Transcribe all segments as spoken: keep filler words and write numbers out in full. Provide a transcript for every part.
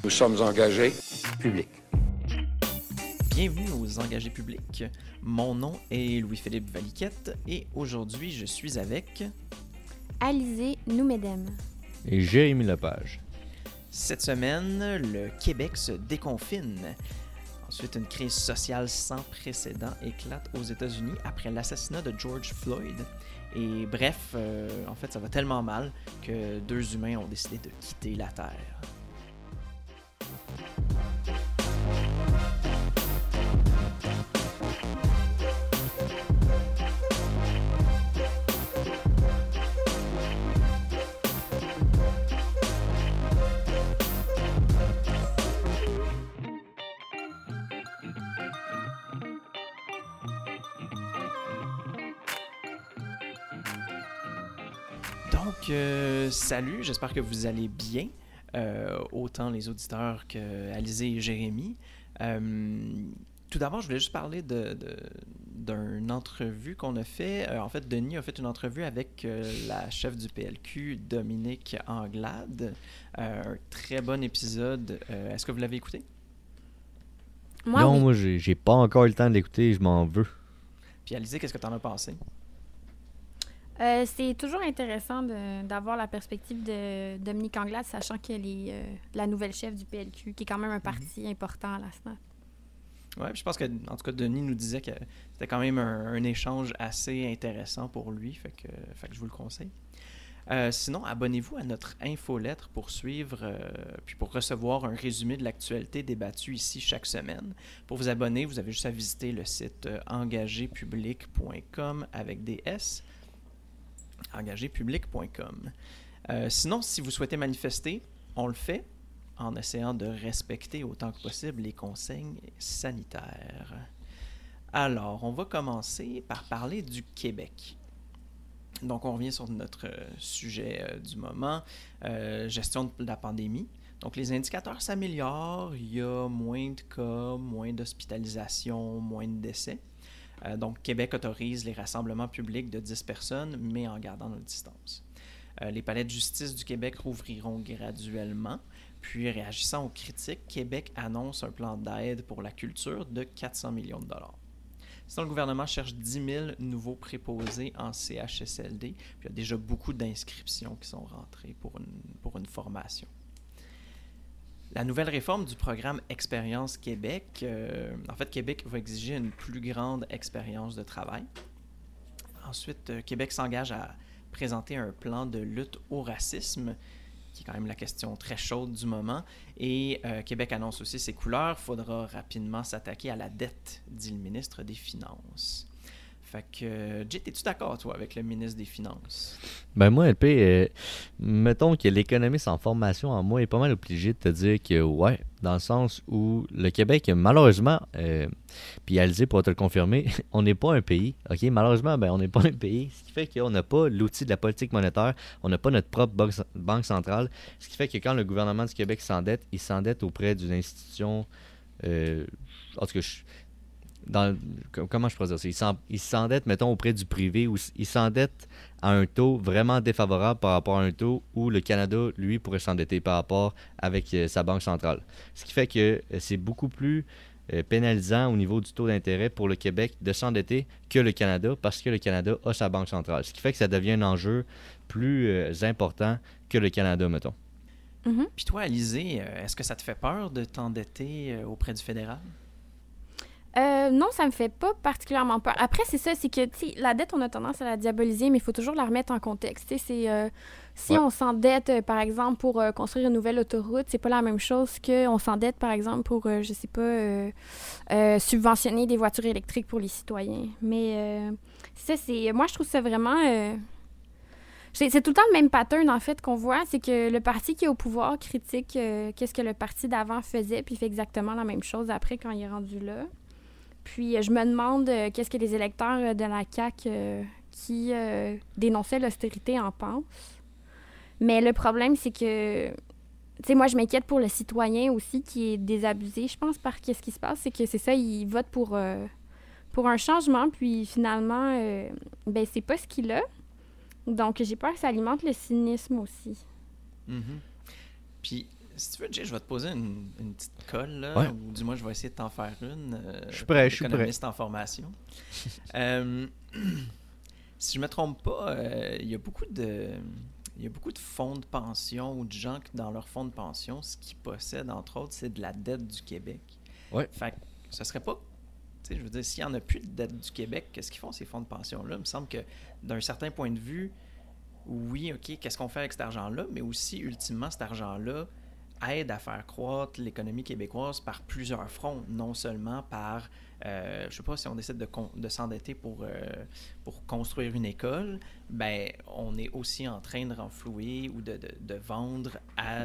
Nous sommes engagés publics. Bienvenue aux Engagés publics. Mon nom est Louis-Philippe Valiquette et aujourd'hui je suis avec... Alizé Noumedem. Et Jérémy Lepage. Cette semaine, le Québec se déconfine. Ensuite, une crise sociale sans précédent éclate aux États-Unis après l'assassinat de George Floyd. Et bref, euh, en fait, ça va tellement mal que deux humains ont décidé de quitter la Terre. Donc, euh, salut, j'espère que vous allez bien, euh, autant les auditeurs que Alizé et Jérémy. Euh, tout d'abord, je voulais juste parler de, de, d'une entrevue qu'on a fait. Euh, en fait, Denis a fait une entrevue avec euh, la chef du P L Q, Dominique Anglade. Euh, un très bon épisode. Euh, est-ce que vous l'avez écouté? Moi, non, oui. moi, j'ai, j'ai pas encore eu le temps de l'écouter, je m'en veux. Puis Alizé, qu'est-ce que t'en as pensé? Euh, c'est toujours intéressant de, d'avoir la perspective de Dominique Anglade, sachant qu'elle est euh, la nouvelle chef du P L Q, qui est quand même un parti mm-hmm. important à la S N A P. Oui, je pense que, en tout cas, Denis nous disait que c'était quand même un, un échange assez intéressant pour lui, fait que, fait que je vous le conseille. Euh, sinon, abonnez-vous à notre infolettre pour suivre, euh, puis pour recevoir un résumé de l'actualité débattue ici chaque semaine. Pour vous abonner, vous avez juste à visiter le site euh, engagé public point com avec des S. engagé public point com. Euh, sinon, si vous souhaitez manifester, on le fait en essayant de respecter autant que possible les consignes sanitaires. Alors, on va commencer par parler du Québec. Donc, on revient sur notre euh, sujet euh, du moment, euh, gestion de la pandémie. Donc, les indicateurs s'améliorent, il y a moins de cas, moins d'hospitalisations, moins de décès. Euh, donc, Québec autorise les rassemblements publics de dix personnes, mais en gardant notre distance. Euh, les palais de justice du Québec rouvriront graduellement. Puis, réagissant aux critiques, Québec annonce un plan d'aide pour la culture de quatre cents millions de dollars. Sinon, le gouvernement cherche dix mille nouveaux préposés en C H S L D. Puis, il y a déjà beaucoup d'inscriptions qui sont rentrées pour une, pour une formation. La nouvelle réforme du programme Expérience Québec, euh, en fait, Québec va exiger une plus grande expérience de travail. Ensuite, euh, Québec s'engage à présenter un plan de lutte au racisme, qui est quand même la question très chaude du moment. Et euh, Québec annonce aussi ses couleurs. Il faudra rapidement s'attaquer à la dette, dit le ministre des Finances. Fait que, Jay, es-tu d'accord, toi, avec le ministre des Finances? Ben moi, L P, euh, mettons que l'économiste en formation en moi est pas mal obligé de te dire que ouais, dans le sens où le Québec, malheureusement, euh, puis Alizé pourra te le confirmer, on n'est pas un pays, ok? Malheureusement, ben on n'est pas un pays, ce qui fait qu'on n'a pas l'outil de la politique monétaire, on n'a pas notre propre banque, banque centrale, ce qui fait que quand le gouvernement du Québec s'endette, il s'endette auprès d'une institution, euh, en tout cas, je... Dans, comment je pourrais dire ça? Il s'endette, mettons, auprès du privé, ou il s'endette à un taux vraiment défavorable par rapport à un taux où le Canada, lui, pourrait s'endetter par rapport avec euh, sa banque centrale. Ce qui fait que euh, c'est beaucoup plus euh, pénalisant au niveau du taux d'intérêt pour le Québec de s'endetter que le Canada, parce que le Canada a sa banque centrale. Ce qui fait que ça devient un enjeu plus euh, important que le Canada, mettons. Mm-hmm. Puis toi, Alizé, euh, est-ce que ça te fait peur de t'endetter euh, auprès du fédéral? Euh, non, ça me fait pas particulièrement peur. Après, c'est ça, c'est que, tu sais, la dette, on a tendance à la diaboliser, mais il faut toujours la remettre en contexte. Tu sais, c'est... Euh, si ouais. on s'endette, euh, par exemple, pour euh, construire une nouvelle autoroute, c'est pas la même chose qu'on s'endette, par exemple, pour, euh, je sais pas, euh, euh, subventionner des voitures électriques pour les citoyens. Mais euh, ça, c'est... Moi, je trouve ça vraiment... Euh, c'est, c'est tout le temps le même pattern, en fait, qu'on voit. C'est que le parti qui est au pouvoir critique euh, qu'est-ce que le parti d'avant faisait, puis il fait exactement la même chose après, quand il est rendu là. Puis, je me demande euh, qu'est-ce que les électeurs de la C A Q euh, qui euh, dénonçaient l'austérité en pensent. Mais le problème, c'est que, tu sais, moi, je m'inquiète pour le citoyen aussi qui est désabusé, je pense, par qu'est-ce qui se passe. C'est que c'est ça, il vote pour, euh, pour un changement, puis finalement, euh, ben c'est pas ce qu'il a. Donc, j'ai peur que ça alimente le cynisme aussi. Mm-hmm. Puis, si tu veux, Jay, je vais te poser une, une petite colle, là, Ouais. ou du moins, je vais essayer de t'en faire une. Euh, Je suis prêt, je suis prêt. économiste en formation. euh, si je me trompe pas, euh, il y a beaucoup de... Il y a beaucoup de fonds de pension ou de gens qui, dans leur fonds de pension, ce qu'ils possèdent, entre autres, c'est de la dette du Québec. Ouais. Fait que ce serait pas... Tu sais, je veux dire, s'il n'y en a plus de dette du Québec, qu'est-ce qu'ils font, ces fonds de pension-là? Il me semble que, d'un certain point de vue, oui, OK, qu'est-ce qu'on fait avec cet argent-là? Mais aussi, ultimement, cet argent-là aide à faire croître l'économie québécoise par plusieurs fronts, non seulement par, euh, je sais pas, si on décide de, con- de s'endetter pour, euh, pour construire une école, ben on est aussi en train de renflouer ou de, de, de vendre à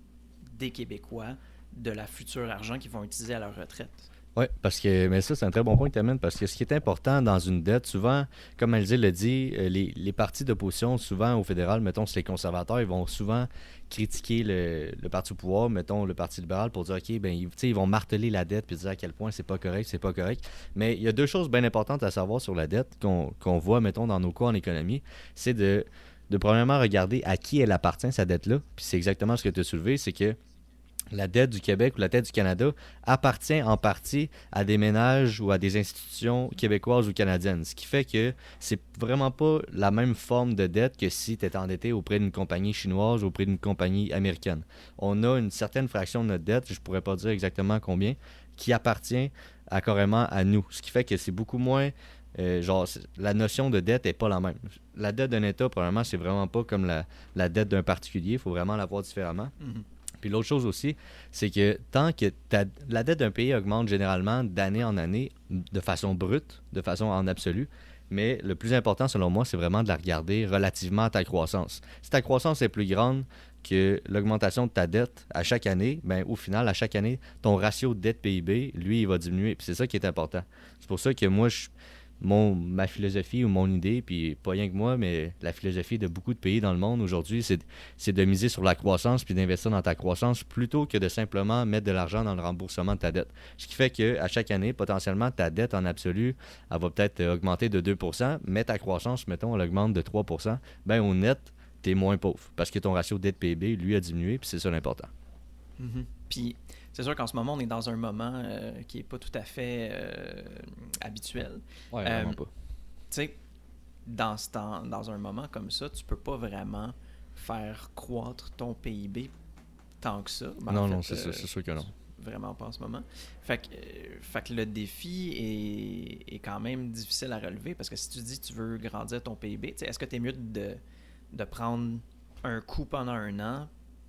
des Québécois de la future argent qu'ils vont utiliser à leur retraite. Oui, parce que, mais ça, c'est un très bon point que tu amènes, parce que ce qui est important dans une dette, souvent, comme Alizé l'a dit, euh, les, les partis d'opposition, souvent au fédéral, mettons, c'est les conservateurs, ils vont souvent critiquer le, le parti au pouvoir, mettons, le Parti libéral, pour dire, OK, ben, ils, ils vont marteler la dette, puis dire à quel point c'est pas correct, c'est pas correct. Mais il y a deux choses bien importantes à savoir sur la dette qu'on, qu'on voit, mettons, dans nos cours en économie, c'est de, de premièrement regarder à qui elle appartient, cette dette-là, puis c'est exactement ce que tu as soulevé, c'est que la dette du Québec ou la dette du Canada appartient en partie à des ménages ou à des institutions québécoises ou canadiennes. Ce qui fait que c'est vraiment pas la même forme de dette que si tu étais endetté auprès d'une compagnie chinoise ou auprès d'une compagnie américaine. On a une certaine fraction de notre dette, je pourrais pas dire exactement combien, qui appartient à, carrément à nous. Ce qui fait que c'est beaucoup moins... Euh, genre, la notion de dette n'est pas la même. La dette d'un État, probablement, c'est vraiment pas comme la, la dette d'un particulier. Il faut vraiment la voir différemment. Mm-hmm. Puis l'autre chose aussi, c'est que tant que ta, la dette d'un pays augmente généralement d'année en année de façon brute, de façon en absolu, mais le plus important selon moi, c'est vraiment de la regarder relativement à ta croissance. Si ta croissance est plus grande que l'augmentation de ta dette à chaque année, ben au final, à chaque année, ton ratio dette-P I B, lui, il va diminuer. Puis c'est ça qui est important. C'est pour ça que moi, je... Mon, ma philosophie ou mon idée, puis pas rien que moi, mais la philosophie de beaucoup de pays dans le monde aujourd'hui, c'est, c'est de miser sur la croissance puis d'investir dans ta croissance plutôt que de simplement mettre de l'argent dans le remboursement de ta dette. Ce qui fait qu'à chaque année, potentiellement, ta dette en absolu, elle va peut-être augmenter de deux pour cent, mais ta croissance, mettons, elle augmente de trois pour cent. Ben au net, t'es moins pauvre parce que ton ratio dette-P I B, lui, a diminué, puis c'est ça l'important. Mm-hmm. Puis c'est sûr qu'en ce moment, on est dans un moment euh, qui n'est pas tout à fait euh, habituel. Ouais, vraiment euh, pas. Tu sais, dans, ce temps, dans un moment comme ça, tu peux pas vraiment faire croître ton P I B tant que ça. Ben, non, en fait, non, c'est euh, ça, c'est sûr que non. Vraiment pas en ce moment. Fait que, euh, fait que le défi est, est quand même difficile à relever parce que si tu dis que tu veux grandir ton P I B, est-ce que tu es mieux de, de prendre un coup pendant un an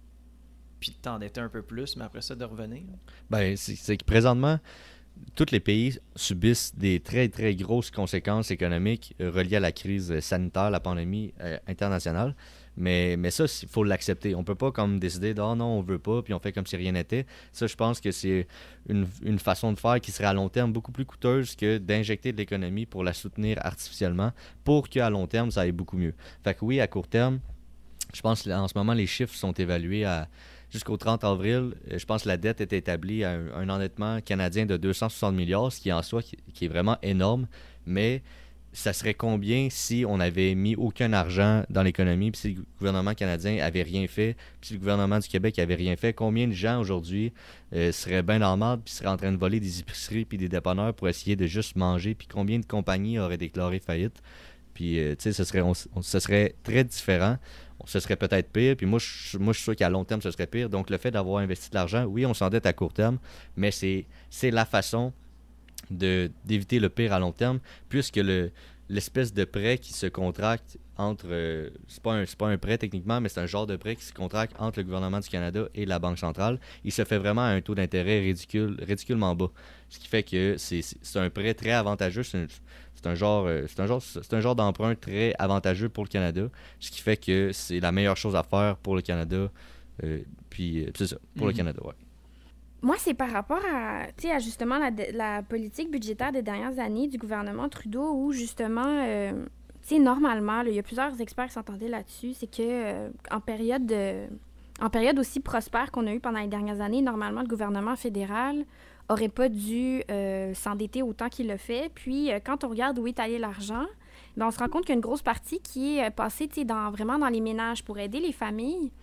puis de t'endetter un peu plus, mais après ça, de revenir? Ben, c'est, c'est que présentement, tous les pays subissent des très, très grosses conséquences économiques euh, reliées à la crise sanitaire, la pandémie euh, internationale. Mais, mais ça, il faut l'accepter. On ne peut pas comme décider de « Ah non, on veut pas », puis on fait comme si rien n'était. Ça, je pense que c'est une, une façon de faire qui serait à long terme beaucoup plus coûteuse que d'injecter de l'économie pour la soutenir artificiellement pour qu'à long terme, ça aille beaucoup mieux. Fait que oui, à court terme, je pense qu'en ce moment, les chiffres sont évalués à... Jusqu'au trente avril, je pense que la dette est établie à un, un endettement canadien de deux cent soixante milliards, ce qui en soi qui, qui est vraiment énorme, mais ça serait combien si on avait mis aucun argent dans l'économie, puis si le gouvernement canadien avait rien fait, puis si le gouvernement du Québec avait rien fait, combien de gens aujourd'hui euh, seraient bien dans le marde, puis seraient en train de voler des épiceries puis des dépanneurs pour essayer de juste manger, puis combien de compagnies auraient déclaré faillite? Puis, euh, tu sais, ce serait, on, on, ce serait très différent. Ce serait peut-être pire. Puis moi je, moi, je suis sûr qu'à long terme, ce serait pire. Donc, le fait d'avoir investi de l'argent, oui, on s'endette à court terme, mais c'est, c'est la façon de, d'éviter le pire à long terme, puisque le, l'espèce de prêt qui se contracte entre... Euh, c'est pas un, c'est pas un prêt techniquement, mais c'est un genre de prêt qui se contracte entre le gouvernement du Canada et la Banque centrale. Il se fait vraiment à un taux d'intérêt ridicule, ridiculement bas. Ce qui fait que c'est, c'est, c'est un prêt très avantageux. C'est, une, c'est, un genre, c'est, un genre, c'est un genre d'emprunt très avantageux pour le Canada. Ce qui fait que c'est la meilleure chose à faire pour le Canada. Euh, puis c'est ça, pour mm-hmm. le Canada, ouais. Moi, c'est par rapport à, tu sais, à justement la, la politique budgétaire des dernières années du gouvernement Trudeau où justement... Euh, tu sais, normalement, là, il y a plusieurs experts qui s'entendaient là-dessus, c'est que euh, en période de, en période aussi prospère qu'on a eu pendant les dernières années, normalement, le gouvernement fédéral aurait pas dû euh, s'endetter autant qu'il le fait. Puis, euh, quand on regarde où est allé l'argent, bien, on se rend compte qu'il y a une grosse partie qui est passée, tu sais, dans, vraiment dans les ménages pour aider les familles.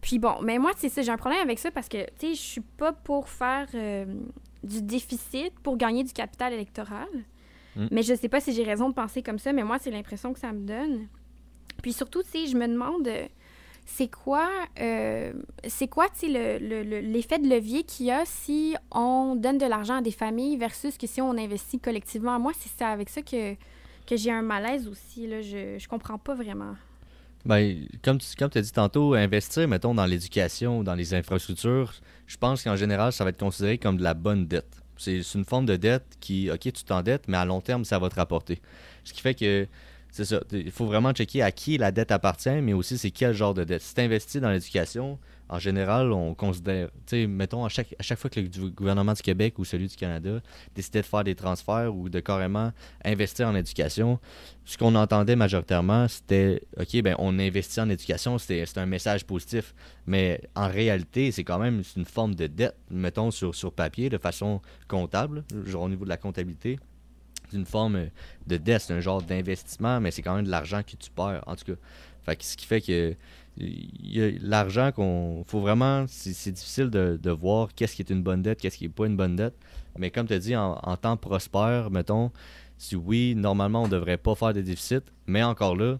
Puis bon, mais moi, c'est ça, j'ai un problème avec ça parce que, tu sais, je suis pas pour faire euh, du déficit pour gagner du capital électoral. Mm. Mais je sais pas si j'ai raison de penser comme ça, mais moi, c'est l'impression que ça me donne. Puis surtout, tu sais, je me demande, c'est quoi, euh, c'est quoi, tu sais, le, le, le, l'effet de levier qu'il y a si on donne de l'argent à des familles versus que si on investit collectivement. Moi, c'est ça, avec ça que, que j'ai un malaise aussi, là. Je, je comprends pas vraiment. Ben, comme tu comme as dit tantôt, investir, mettons, dans l'éducation ou dans les infrastructures, je pense qu'en général, ça va être considéré comme de la bonne dette. C'est, c'est une forme de dette qui, OK, tu t'endettes, mais à long terme, ça va te rapporter. Ce qui fait que, c'est ça, il faut vraiment checker à qui la dette appartient, mais aussi c'est quel genre de dette. Si tu investis dans l'éducation, en général, on considère, tu sais, mettons, à chaque, à chaque fois que le gouvernement du Québec ou celui du Canada décidait de faire des transferts ou de carrément investir en éducation, ce qu'on entendait majoritairement, c'était, OK, ben on investit en éducation, c'était, c'était un message positif. Mais en réalité, c'est quand même une forme de dette, mettons, sur, sur papier, de façon comptable, genre au niveau de la comptabilité. C'est une forme de dette, c'est un genre d'investissement, mais c'est quand même de l'argent que tu perds, en tout cas. Fait que ce qui fait que il y a l'argent qu'on faut vraiment, c'est, c'est difficile de, de voir qu'est-ce qui est une bonne dette, qu'est-ce qui n'est pas une bonne dette. Mais comme tu as dit, en, en temps prospère, mettons, si oui, normalement, on ne devrait pas faire de déficit, mais encore là,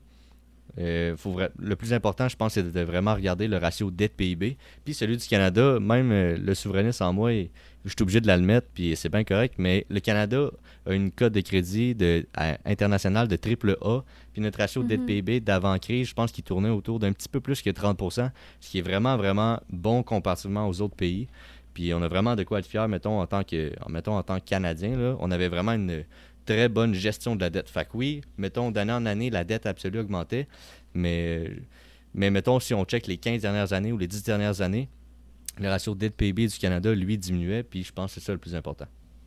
euh, faut vra- le plus important, je pense, c'est de vraiment regarder le ratio dette-P I B. Puis celui du Canada, même euh, le souverainiste en moi, il, je suis obligé de l'admettre, puis c'est bien correct, mais le Canada a une cote de crédit de, à, internationale de triple A, puis notre ratio mm-hmm. dette-P I B d'avant-crise, je pense qu'il tournait autour d'un petit peu plus que trente pour cent, ce qui est vraiment, vraiment bon comparativement aux autres pays. Puis on a vraiment de quoi être fier, mettons, en tant que, mettons, en tant que Canadien, là, on avait vraiment une très bonne gestion de la dette. Fait que oui, mettons, d'année en année, la dette absolue augmentait, mais, mais mettons, si on check les quinze dernières années ou les dix dernières années, le ratio dette-P I B du Canada, lui, diminuait, puis je pense que c'est ça le plus important.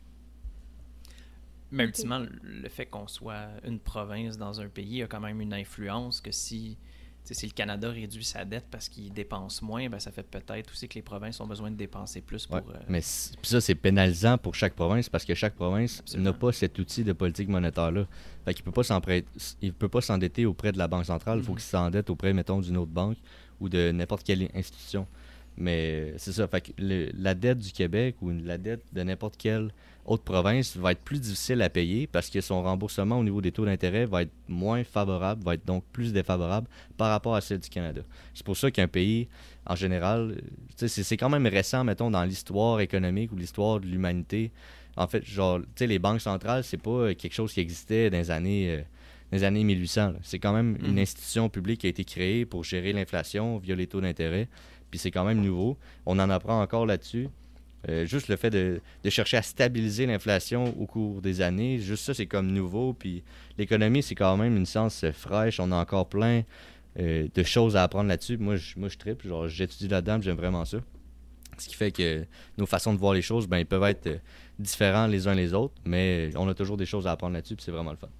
Mais ultimement, le fait qu'on soit une province dans un pays a quand même une influence que si, si le Canada réduit sa dette parce qu'il dépense moins, ben ça fait peut-être aussi que les provinces ont besoin de dépenser plus pour... Ouais, euh... mais ça, c'est pénalisant pour chaque province parce que chaque province Absolument. n'a pas cet outil de politique monétaire-là. Fait qu'il peut pas s'emprêter, il peut pas s'endetter auprès de la Banque centrale, il mm-hmm. faut qu'il s'endette auprès, mettons, d'une autre banque ou de n'importe quelle institution. Mais c'est ça, fait que le, la dette du Québec ou la dette de n'importe quelle autre province va être plus difficile à payer parce que son remboursement au niveau des taux d'intérêt va être moins favorable, va être donc plus défavorable par rapport à celle du Canada. C'est pour ça qu'un pays, en général, c'est, c'est quand même récent, mettons, dans l'histoire économique ou l'histoire de l'humanité. En fait, genre, tu sais, les banques centrales, c'est pas quelque chose qui existait dans les années... Euh, dans les années mille huit cents. Là. C'est quand même mmh. une institution publique qui a été créée pour gérer l'inflation via les taux d'intérêt. Puis c'est quand même nouveau. On en apprend encore là-dessus. Euh, juste le fait de, de chercher à stabiliser l'inflation au cours des années, juste ça, c'est comme nouveau. Puis l'économie, c'est quand même une science fraîche. On a encore plein euh, de choses à apprendre là-dessus. Moi, je, moi, je tripe. Genre, j'étudie là-dedans, j'aime vraiment ça. Ce qui fait que nos façons de voir les choses, ben, ils peuvent être euh, différents les uns les autres, mais on a toujours des choses à apprendre là-dessus, puis c'est vraiment le fun.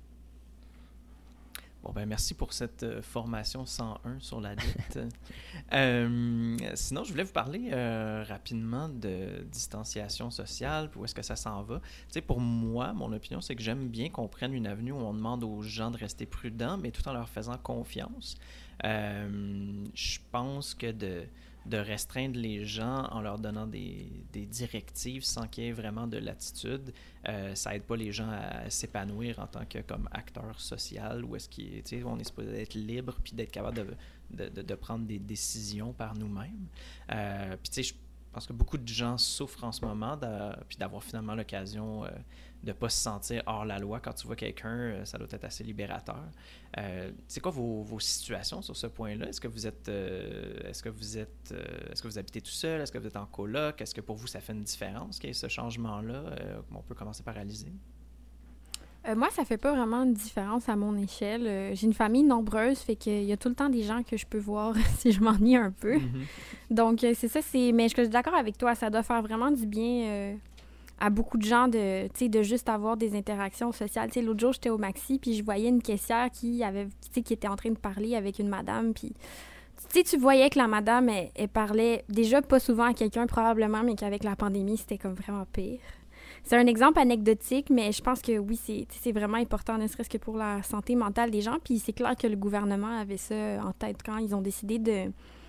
Bon, ben merci pour cette euh, formation cent un sur la dette. euh, sinon, je voulais vous parler euh, rapidement de distanciation sociale, puis où est-ce que ça s'en va. Tu sais, pour moi, mon opinion, c'est que j'aime bien qu'on prenne une avenue où on demande aux gens de rester prudents, mais tout en leur faisant confiance. Euh, je pense que de... de restreindre les gens en leur donnant des, des directives sans qu'il y ait vraiment de latitude, euh, ça aide pas les gens à s'épanouir en tant que comme acteur social, où est-ce qu'on est supposé être libre puis d'être capable de, de, de, de prendre des décisions par nous-mêmes. Euh, puis tu sais, je pense que beaucoup de gens souffrent en ce moment, de, puis d'avoir finalement l'occasion euh, de ne pas se sentir hors la loi quand tu vois quelqu'un, euh, ça doit être assez libérateur. Euh, c'est quoi vos, vos situations sur ce point-là? Est-ce que vous êtes, euh, est-ce que vous êtes, euh, est-ce que vous habitez tout seul? Est-ce que vous êtes en coloc? Est-ce que pour vous ça fait une différence qu'il y ait ce changement-là? Euh, on peut commencer par Alizée. Euh, moi, ça fait pas vraiment une différence à mon échelle. Euh, j'ai une famille nombreuse, fait qu'il y a tout le temps des gens que je peux voir si je m'ennuie un peu. Mm-hmm. Donc, euh, c'est ça, c'est... mais je suis d'accord avec toi, ça doit faire vraiment du bien euh, à beaucoup de gens de, de juste avoir des interactions sociales. T'sais, l'autre jour, j'étais au Maxi, puis je voyais une caissière qui, avait, qui était en train de parler avec une madame, puis tu voyais que la madame, elle, elle parlait déjà pas souvent à quelqu'un, probablement, mais qu'avec la pandémie, c'était comme vraiment pire. C'est un exemple anecdotique, mais je pense que oui, c'est, c'est vraiment important, ne serait-ce que pour la santé mentale des gens. Puis c'est clair que le gouvernement avait ça en tête quand ils ont décidé de,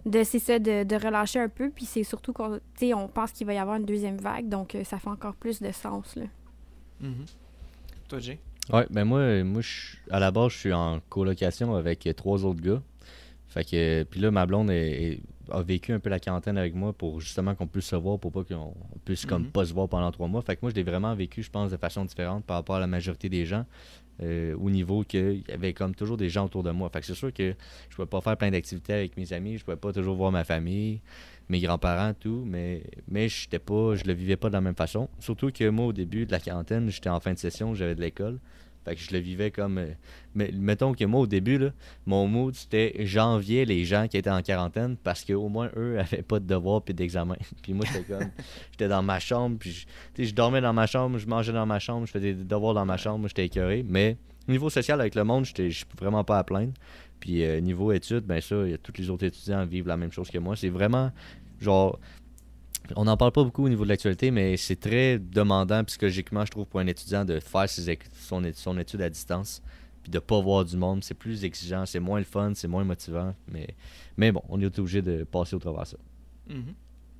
de c'est ça, de, de relâcher un peu. Puis c'est surtout qu'on tu sais, on pense qu'il va y avoir une deuxième vague, donc euh, ça fait encore plus de sens, là. Mm-hmm. Toi, Jay? Ouais, ben moi, moi je, à la base, je suis en colocation avec trois autres gars. Fait que, puis là, ma blonde est, est- a vécu un peu la quarantaine avec moi pour justement qu'on puisse se voir, pour pas qu'on on puisse comme Mhm. pas se voir pendant trois mois. Fait que moi, je l'ai vraiment vécu, je pense, de façon différente par rapport à la majorité des gens, euh, au niveau qu'il y avait comme toujours des gens autour de moi. Fait que c'est sûr que je pouvais pas faire plein d'activités avec mes amis, je pouvais pas toujours voir ma famille, mes grands-parents, tout, mais, mais j'étais pas, je le vivais pas de la même façon. Surtout que moi, au début de la quarantaine, j'étais en fin de session, j'avais de l'école. Fait que je le vivais comme... euh, mais mettons que moi, au début, là, mon mood, c'était j'enviais les gens qui étaient en quarantaine parce qu'au moins, eux, avaient pas de devoirs puis d'examen. Puis moi, j'étais comme... J'étais dans ma chambre, puis je, tu sais, je dormais dans ma chambre, je mangeais dans ma chambre, je faisais des devoirs dans ma chambre, moi, j'étais écœuré. Mais au niveau social, avec le monde, j'étais je suis vraiment pas à plaindre. Puis euh, niveau études, ben ça, il y a tous les autres étudiants vivent la même chose que moi. C'est vraiment, genre... On n'en parle pas beaucoup au niveau de l'actualité, mais c'est très demandant psychologiquement, je trouve, pour un étudiant de faire ses éc- son, é- son étude à distance, puis de pas voir du monde. C'est plus exigeant, c'est moins le fun, c'est moins motivant, mais, mais bon, on est obligé de passer au travers de ça. Mhm.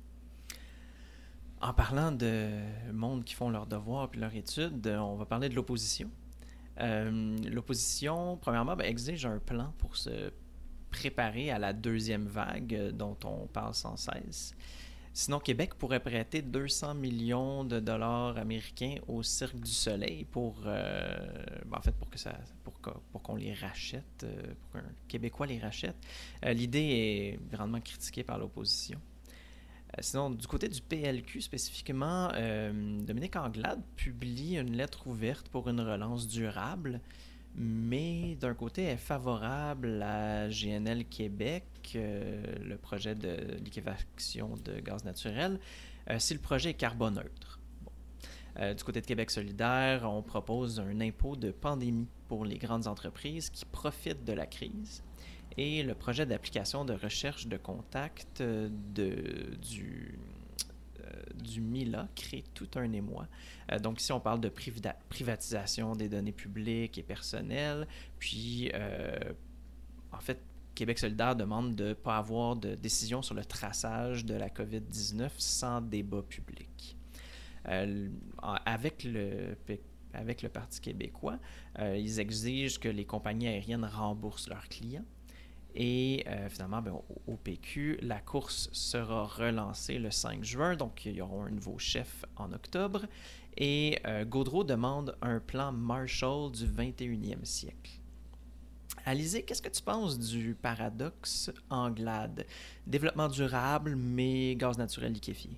En parlant de monde qui font leurs devoirs puis leurs études, euh, on va parler de l'opposition. Euh, l'opposition, premièrement, ben, exige un plan pour se préparer à la deuxième vague euh, dont on parle sans cesse. Sinon, Québec pourrait prêter deux cents millions de dollars américains au Cirque du Soleil pour, euh, ben, en fait, pour que ça, pour, que- pour qu'on les rachète, euh, pour qu'un Québécois les rachète. Euh, l'idée est grandement critiquée par l'opposition. Euh, sinon, du côté du P L Q spécifiquement, euh, Dominique Anglade publie une lettre ouverte pour une relance durable, mais d'un côté, elle est favorable à G N L Québec, euh, le projet de liquéfaction de gaz naturel, euh, si le projet est carboneutre. Bon. Euh, du côté de Québec solidaire, on propose un impôt de pandémie pour les grandes entreprises qui profitent de la crise. Et le projet d'application de recherche de contact euh, de, du, euh, du M I L A crée tout un émoi. Euh, donc ici, on parle de privida- privatisation des données publiques et personnelles. Puis, euh, en fait, Québec solidaire demande de ne pas avoir de décision sur le traçage de la covid dix-neuf sans débat public. Euh, avec le P- avec le Parti québécois, euh, ils exigent que les compagnies aériennes remboursent leurs clients. Et euh, finalement, ben, au, au P Q, la course sera relancée le cinq juin, donc il y aura un nouveau chef en octobre. Et euh, Gaudreault demande un plan Marshall du vingt et unième siècle. Alizé, qu'est-ce que tu penses du paradoxe Anglade? Développement durable, mais gaz naturel liquéfié.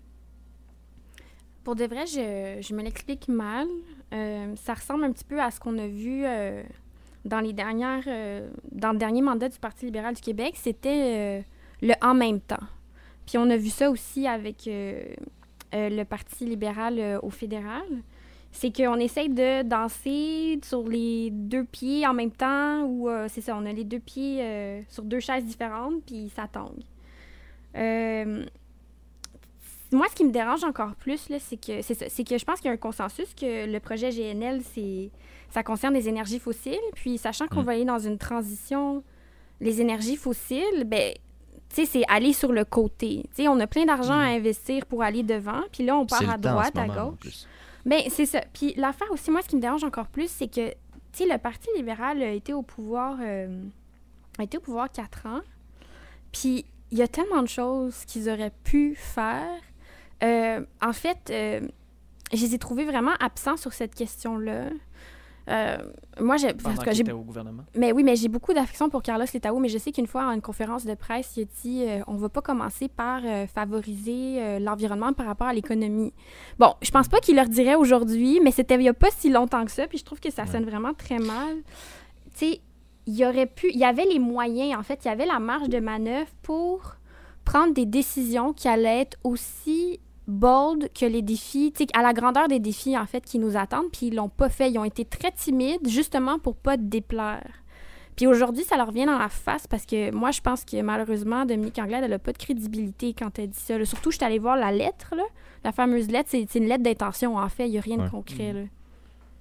Pour de vrai, je, je me l'explique mal. Euh, ça ressemble un petit peu à ce qu'on a vu euh, dans les dernières, euh, dans le dernier mandat du Parti libéral du Québec. C'était euh, le « en même temps ». Puis on a vu ça aussi avec euh, euh, le Parti libéral euh, au fédéral. C'est qu'on essaye de danser sur les deux pieds en même temps, ou euh, c'est ça, on a les deux pieds euh, sur deux chaises différentes, puis ça tangue. Euh, moi, ce qui me dérange encore plus, là, c'est que c'est ça, c'est que je pense qu'il y a un consensus que le projet G N L, c'est, ça concerne les énergies fossiles, puis sachant qu'on Mm. va aller dans une transition, les énergies fossiles, ben, tu sais, c'est aller sur le côté. Tu sais, on a plein d'argent Mhm. à investir pour aller devant, puis là, on part C'est à le temps en droite, ce à moment, en gauche. plus. Ben, c'est ça. Puis l'affaire aussi, moi, ce qui me dérange encore plus, c'est que, tu sais, le Parti libéral a été au pouvoir, euh, a été au pouvoir quatre ans. Puis il y a tellement de choses qu'ils auraient pu faire. Euh, en fait, euh, je les ai trouvés vraiment absents sur cette question-là. Euh, moi, j'ai, en Pendant tout cas, qu'il j'ai était au gouvernement. mais oui, mais j'ai beaucoup d'affection pour Carlos Letao, mais je sais qu'une fois, à une conférence de presse, il a dit euh, on va pas commencer par euh, favoriser euh, l'environnement par rapport à l'économie. Bon, je pense pas qu'il leur dirait aujourd'hui, mais c'était il y a pas si longtemps que ça, puis je trouve que ça Ouais. sonne vraiment très mal. Tu sais, il y aurait pu... Il y avait les moyens, en fait, il y avait la marge de manœuvre pour prendre des décisions qui allaient être aussi bold que les défis, tu sais, à la grandeur des défis, en fait, qui nous attendent, puis ils l'ont pas fait. Ils ont été très timides, justement, pour pas déplaire. Puis aujourd'hui, ça leur vient dans la face, parce que moi, je pense que, malheureusement, Dominique Anglade, elle a pas de crédibilité quand elle dit ça. Là. Surtout, je suis allée voir la lettre, là. La fameuse lettre, c'est, c'est une lettre d'intention, en fait. Il y a rien Ouais. de concret, Mhm. là.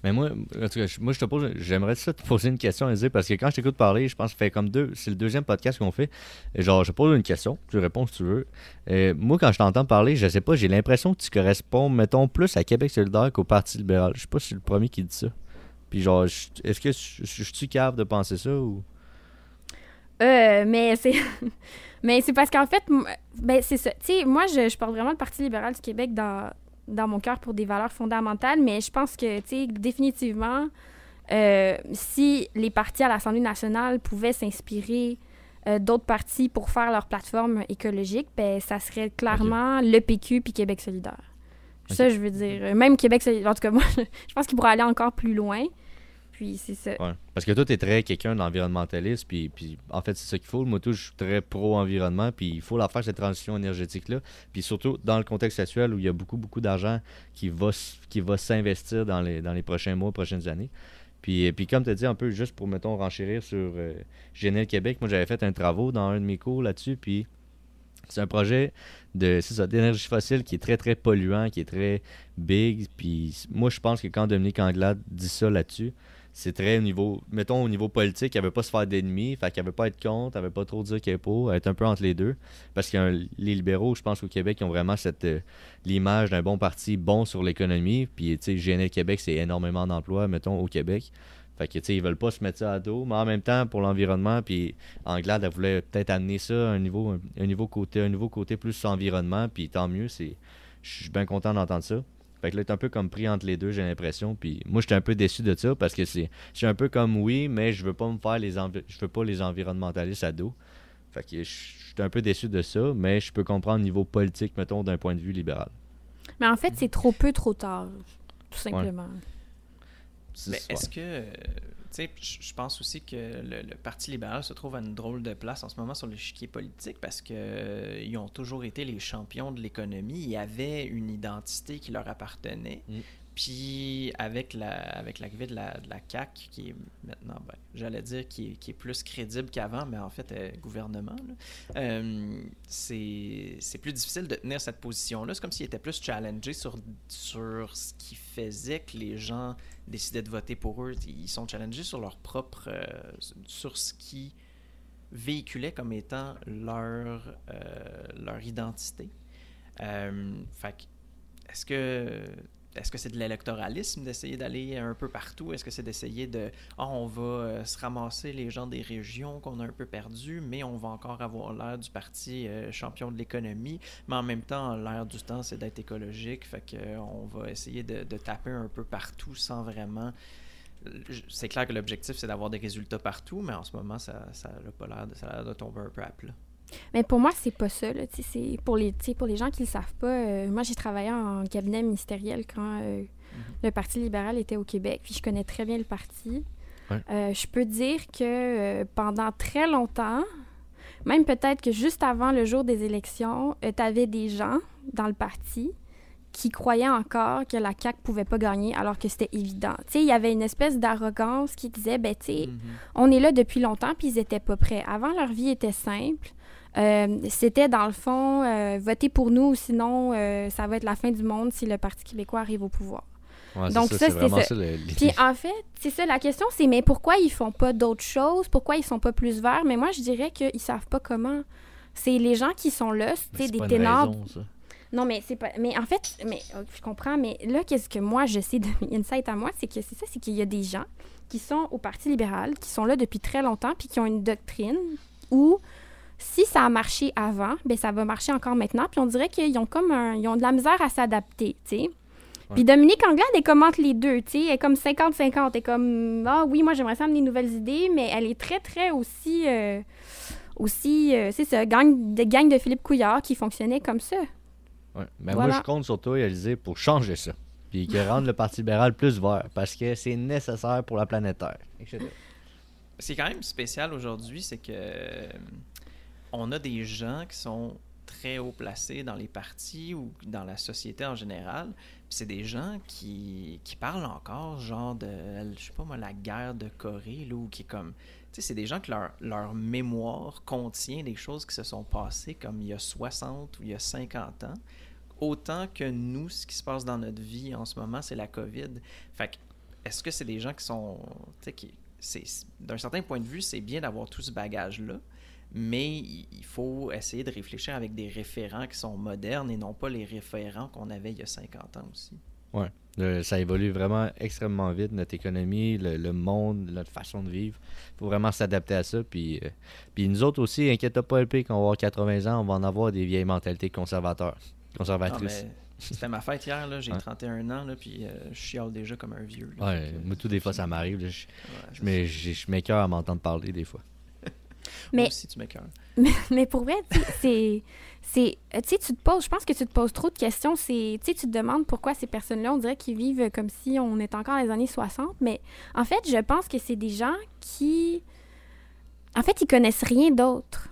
Mais moi, en tout cas, je- moi, je te pose, j'aimerais ça te poser une question, Élisée, parce que quand je t'écoute parler, je pense que ça fait comme deux, c'est le deuxième podcast qu'on fait. Et genre, je te pose une question, tu réponds si tu veux. Euh, moi, quand je t'entends parler, je sais pas, j'ai l'impression que tu corresponds, mettons, plus à Québec solidaire qu'au Parti libéral. Je sais pas si je suis le premier qui dit ça. Puis genre, je- est-ce que je je- je suis capable de penser ça ou... Euh, mais c'est mais c'est parce qu'en fait, m- ben c'est ça. Tu sais, moi, je, je porte vraiment le Parti libéral du Québec dans, dans mon cœur pour des valeurs fondamentales, mais je pense que, tu sais, définitivement, euh, si les partis à l'Assemblée nationale pouvaient s'inspirer euh, d'autres partis pour faire leur plateforme écologique, ben ça serait clairement le P Q puis Québec solidaire. Ok. Ça, je veux dire. euh, Même Québec solidaire, en tout cas, moi, je pense qu'il pourrait aller encore plus loin. Puis c'est ça. Ouais. Parce que toi, t'es très quelqu'un d'environnementaliste, puis, puis en fait, c'est ça qu'il faut. Moi, tout, je suis très pro-environnement, puis il faut la faire, cette transition énergétique-là. Puis surtout, dans le contexte actuel où il y a beaucoup, beaucoup d'argent qui va, s- qui va s'investir dans les, dans les prochains mois, prochaines années. Puis, et puis comme tu as dit, un peu juste pour, mettons, renchérir sur euh, G N L Québec, moi, j'avais fait un travaux dans un de mes cours là-dessus, puis c'est un projet de, c'est ça, d'énergie fossile qui est très, très polluant, qui est très big. Puis moi, je pense que quand Dominique Anglade dit ça là-dessus, c'est très au niveau, mettons au niveau politique, elle veut pas se faire d'ennemis, fait qu'elle veut pas être contre, elle veut pas trop dire qu'elle est pour, elle est un peu entre les deux. Parce que euh, les libéraux, je pense qu'au Québec, ils ont vraiment cette euh, l'image d'un bon parti bon sur l'économie. Puis tu sais, G N L Québec, c'est énormément d'emplois, mettons, au Québec. Fait que tu sais, ils veulent pas se mettre ça à dos, mais en même temps, pour l'environnement, puis Anglade, elle voulait peut-être amener ça à un niveau, un, un niveau côté, un nouveau côté plus environnement, puis tant mieux, c'est. Je suis bien content d'entendre ça. Fait que là, t'es un peu comme pris entre les deux, j'ai l'impression. Puis moi, j'étais un peu déçu de ça parce que c'est. Je suis un peu comme oui, mais je veux pas me faire les envi- je veux pas les environnementalistes à dos. Fait que je suis un peu déçu de ça, mais je peux comprendre au niveau politique, mettons, d'un point de vue libéral. Mais en fait, c'est trop peu, trop tard. Tout simplement. C'est Mais ça. est-ce que, euh, tu sais, je je pense aussi que le, le Parti libéral se trouve à une drôle de place en ce moment sur l'échiquier politique parce que euh, ils ont toujours été les champions de l'économie. Ils avaient une identité qui leur appartenait. Mm. Puis avec la avec l'arrivée de la, de la C A Q, qui est maintenant, ben, j'allais dire, qui est, qui est plus crédible qu'avant, mais en fait, euh, gouvernement, là, euh, c'est c'est plus difficile de tenir cette position-là. C'est comme s'ils étaient plus challengés sur, sur ce qui faisait que les gens décidaient de voter pour eux. Ils sont challengés sur leur propre... euh, sur ce qui véhiculait comme étant leur, euh, leur identité. Euh, fait que, est-ce que... Est-ce que c'est de l'électoralisme d'essayer d'aller un peu partout? Est-ce que c'est d'essayer de « Ah, on va euh, se ramasser les gens des régions qu'on a un peu perdus, mais on va encore avoir l'air du parti euh, champion de l'économie. » Mais en même temps, l'air du temps, c'est d'être écologique. Fait qu'on va essayer de, de taper un peu partout sans vraiment... C'est clair que l'objectif, c'est d'avoir des résultats partout, mais en ce moment, ça ça a pas l'air de, ça a l'air de tomber un peu à plat. Mais pour moi, c'est pas ça. Là. Tu sais, C'est pour, les, tu sais, pour les gens qui le savent pas, euh, moi, j'ai travaillé en cabinet ministériel quand euh, le Parti libéral était au Québec. Puis je connais très bien le parti. Ouais. Euh, je peux dire que euh, pendant très longtemps, même peut-être que juste avant le jour des élections, euh, tu avais des gens dans le parti qui croyaient encore que la C A Q pouvait pas gagner alors que c'était évident. Tu sais, il y avait une espèce d'arrogance qui disait, ben tu sais, Mm-hmm. on est là depuis longtemps, puis ils étaient pas prêts. Avant, leur vie était simple. Euh, c'était, dans le fond, euh, voter pour nous, ou sinon, euh, ça va être la fin du monde si le Parti québécois arrive au pouvoir. Ouais, c'est Donc ça, ça, c'est c'était vraiment ça. ça, le- l'idée. Puis en fait, c'est ça, la question, c'est mais pourquoi ils font pas d'autres choses? Pourquoi ils sont pas plus verts? Mais moi, je dirais qu'ils savent pas comment. C'est les gens qui sont là, Mais tu sais, c'est des pas une ténors. raison, ça. Non, mais c'est pas. Mais en fait, mais euh, je comprends, mais là, qu'est-ce que moi, je sais de mes insights à moi, c'est que c'est ça, c'est qu'il y a des gens qui sont au Parti libéral, qui sont là depuis très longtemps, puis qui ont une doctrine où si ça a marché avant, ben ça va marcher encore maintenant. Puis on dirait qu'ils ont comme un, ils ont de la misère à s'adapter, tu sais. Puis Dominique Anglade, elle commente les deux, tu sais. Elle est comme cinquante cinquante. Elle est comme, ah oui, moi, j'aimerais ça amener de nouvelles idées, mais elle est très, très aussi, euh, aussi, euh, c'est ça, gang de, gang de Philippe Couillard qui fonctionnait comme ça. Ouais. Mais Voilà. moi, je compte sur toi, Élisée, pour changer ça. Puis que rendre le Parti libéral plus vert, parce que c'est nécessaire pour la planète Terre. et cetera. Ce qui est quand même spécial aujourd'hui, c'est que euh, on a des gens qui sont très haut placés dans les partis ou dans la société en général. Puis c'est des gens qui, qui parlent encore, genre de, je sais pas moi, la guerre de Corée, là, ou qui est comme... Tu sais, c'est des gens que leur, leur mémoire contient des choses qui se sont passées comme il y a soixante ou il y a cinquante ans. Autant que nous, ce qui se passe dans notre vie en ce moment, c'est la COVID. Fait que est-ce que c'est des gens qui sont... Qui, c'est, d'un certain point de vue, c'est bien d'avoir tout ce bagage-là, mais il faut essayer de réfléchir avec des référents qui sont modernes et non pas les référents qu'on avait il y a cinquante ans aussi. Oui, euh, ça évolue vraiment extrêmement vite, notre économie, le, le monde, notre façon de vivre. Il faut vraiment s'adapter à ça. Puis, euh, puis nous autres aussi, inquiète pas, L P, quand on va avoir quatre-vingts ans, on va en avoir des vieilles mentalités conservateurs, conservatrices. Non, c'était ma fête hier, là, j'ai ouais. trente et un ans, là, puis euh, je chiale déjà comme un vieux. Là, ouais, que, moi, tout des fois, ça m'arrive. Là, je, ouais, je, je m'écoeure à m'entendre parler des fois. Mais, moi aussi, tu m'écoeures. Mais, mais pour vrai, c'est... c'est tu sais, tu te poses... Je pense que tu te poses trop de questions. Tu sais, tu te demandes pourquoi ces personnes-là, on dirait qu'ils vivent comme si on était encore dans les années soixante. Mais en fait, je pense que c'est des gens qui... En fait, ils connaissent rien d'autre.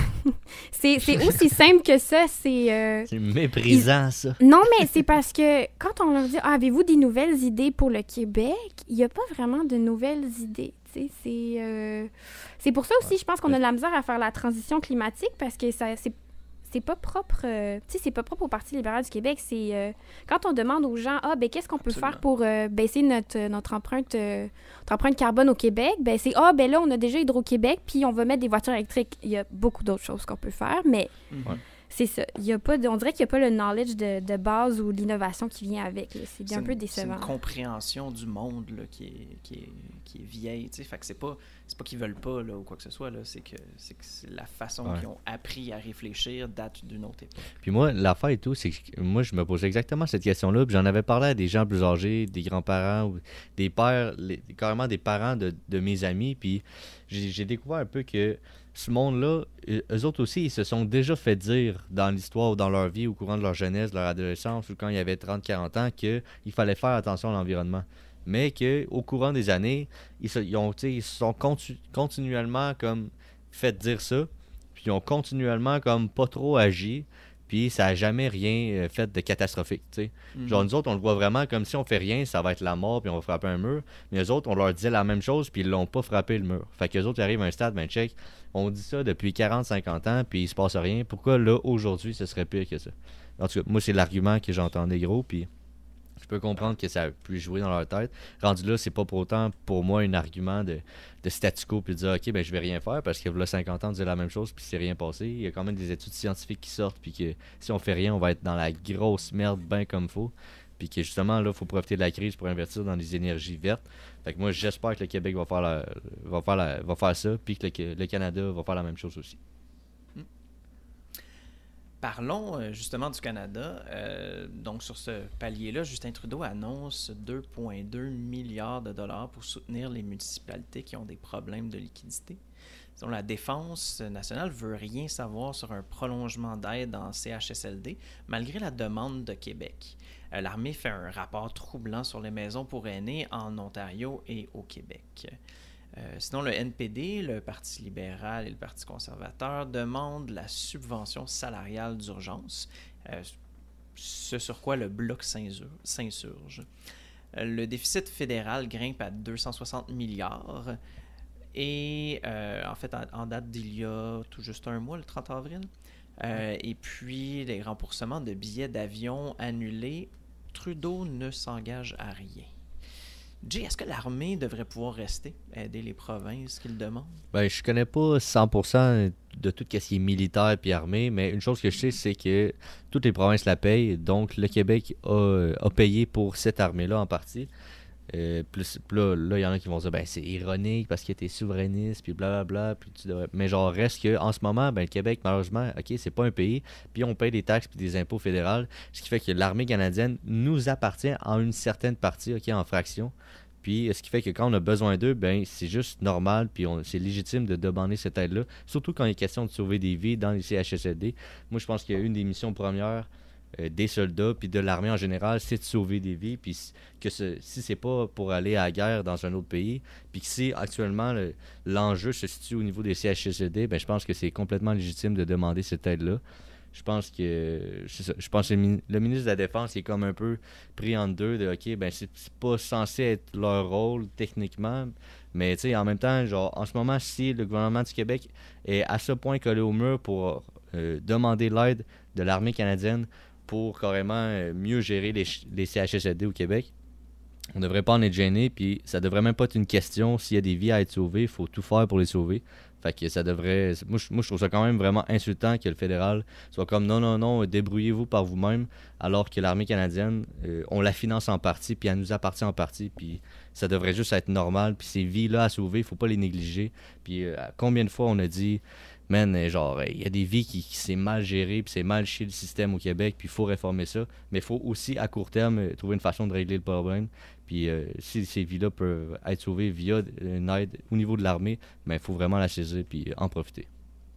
c'est, c'est aussi simple que ça. C'est, euh, c'est méprisant, ils... ça. Non, mais c'est parce que quand on leur dit ah, « Avez-vous des nouvelles idées pour le Québec? » Il n'y a pas vraiment de nouvelles idées. C'est, euh... c'est pour ça aussi, ouais. je pense qu'on a de la misère à faire la transition climatique parce que ça, c'est, c'est pas propre. Euh... Tu sais, c'est pas propre au Parti libéral du Québec. C'est euh... quand on demande aux gens ah ben qu'est-ce qu'on peut Absolument. faire pour euh, baisser notre notre empreinte euh, notre empreinte carbone au Québec, ben c'est ah ben là on a déjà Hydro-Québec puis on va mettre des voitures électriques. Il y a beaucoup d'autres choses qu'on peut faire, mais ouais. c'est ça. Il y a pas de... On dirait qu'il n'y a pas le knowledge de, de base ou l'innovation qui vient avec. Là. C'est, c'est un une, peu décevant. C'est une compréhension du monde là, qui, est, qui, est, qui est vieille. T'sais. Fait que c'est pas, c'est pas qu'ils veulent pas là, ou quoi que ce soit. Là. C'est que c'est, que c'est la façon ouais. qu'ils ont appris à réfléchir date d'une autre époque. Puis moi, l'affaire et tout, c'est que moi, je me posais exactement cette question-là. Puis j'en avais parlé à des gens plus âgés, des grands-parents, ou des pères, les, carrément des parents de, de mes amis. Puis j'ai, j'ai découvert un peu que ce monde-là, eux autres aussi, ils se sont déjà fait dire dans l'histoire ou dans leur vie, au courant de leur jeunesse, de leur adolescence, ou quand il y avait trente à quarante ans, qu'il fallait faire attention à l'environnement. Mais qu'au courant des années, ils se, ils ont, ils se sont continu, continuellement comme fait dire ça, puis ils ont continuellement comme pas trop agi, puis ça n'a jamais rien fait de catastrophique, tu sais. Mm-hmm. Genre, nous autres, on le voit vraiment comme si on fait rien, ça va être la mort, puis on va frapper un mur. Mais eux autres, on leur disait la même chose, puis ils l'ont pas frappé le mur. Fait qu'eux autres, ils arrivent à un stade, ben check, on dit ça depuis quarante à cinquante ans, puis il se passe rien. Pourquoi, là, aujourd'hui, ce serait pire que ça? En tout cas, moi, c'est l'argument que j'entendais gros, puis je peux comprendre que ça a pu jouer dans leur tête. Rendu là, c'est pas pour autant, pour moi, un argument de, de statu quo, puis de dire, OK, ben je vais rien faire, parce que là, cinquante ans, on disait la même chose, puis c'est rien passé. Il y a quand même des études scientifiques qui sortent, puis que si on fait rien, on va être dans la grosse merde bien comme faut. Puis que justement, là, il faut profiter de la crise pour investir dans des énergies vertes. Fait que moi, j'espère que le Québec va faire, la, va faire, la, va faire ça, puis que le, le Canada va faire la même chose aussi. Parlons euh, justement du Canada. Euh, donc, sur ce palier-là, Justin Trudeau annonce deux virgule deux milliards de dollars pour soutenir les municipalités qui ont des problèmes de liquidité. Disons, la Défense nationale ne veut rien savoir sur un prolongement d'aide en C H S L D, malgré la demande de Québec. Euh, l'armée fait un rapport troublant sur les maisons pour aînés en Ontario et au Québec. Euh, sinon, le N P D, le Parti libéral et le Parti conservateur demandent la subvention salariale d'urgence, euh, ce sur quoi le Bloc s'insurge. Euh, le déficit fédéral grimpe à deux cent soixante milliards et euh, en fait, en, en date d'il y a tout juste un mois, le trente avril. Euh, et puis, les remboursements de billets d'avion annulés, Trudeau ne s'engage à rien. Jay, est-ce que l'armée devrait pouvoir rester, aider les provinces qu'il demande? Ben, je connais pas cent pour cent de tout ce qui est militaire et armée, mais une chose que je sais, c'est que toutes les provinces la payent. Donc, le Québec a, a payé pour cette armée-là en partie. Euh, plus, plus là, il y en a qui vont dire ben c'est ironique parce que t'es souverainiste, puis blablabla. Puis tu devrais... Mais genre, reste que en ce moment, ben, le Québec, malheureusement, ok, c'est pas un pays, puis on paye des taxes et des impôts fédéraux, ce qui fait que l'armée canadienne nous appartient en une certaine partie, ok, en fraction. Puis ce qui fait que quand on a besoin d'eux, ben c'est juste normal, puis on, c'est légitime de demander cette aide-là, surtout quand il est question de sauver des vies dans les C H S L D. Moi, je pense qu'il y a une des missions premières euh, des soldats, puis de l'armée en général, c'est de sauver des vies, puis que ce, si c'est pas pour aller à la guerre dans un autre pays, puis que si actuellement le, l'enjeu se situe au niveau des C H S L D, ben je pense que c'est complètement légitime de demander cette aide-là. Je pense que c'est ça. Je pense que le, le ministre de la Défense est comme un peu pris en deux de OK, ben c'est, c'est pas censé être leur rôle techniquement, mais tu sais, en même temps, genre en ce moment, si le gouvernement du Québec est à ce point collé au mur pour euh, demander l'aide de l'armée canadienne pour carrément euh, mieux gérer les, les C H S L D au Québec, On devrait pas en être gêné, puis ça devrait même pas être une question. S'il y a des vies à être sauvées, il faut tout faire pour les sauver. Fait que ça devrait... Moi je, moi, je trouve ça quand même vraiment insultant que le fédéral soit comme non, non, non, débrouillez-vous par vous-même, alors que l'armée canadienne, euh, on la finance en partie, puis elle nous appartient en partie, puis ça devrait juste être normal. Puis ces vies-là à sauver, il faut pas les négliger. Puis euh, combien de fois on a dit... Man, genre, il y a des vies qui, qui c'est mal géré, puis c'est mal chié le système au Québec, puis il faut réformer ça. Mais il faut aussi, à court terme, trouver une façon de régler le problème. Puis euh, si ces vies-là peuvent être sauvées via une aide au niveau de l'armée, ben, il faut vraiment la saisir puis en profiter.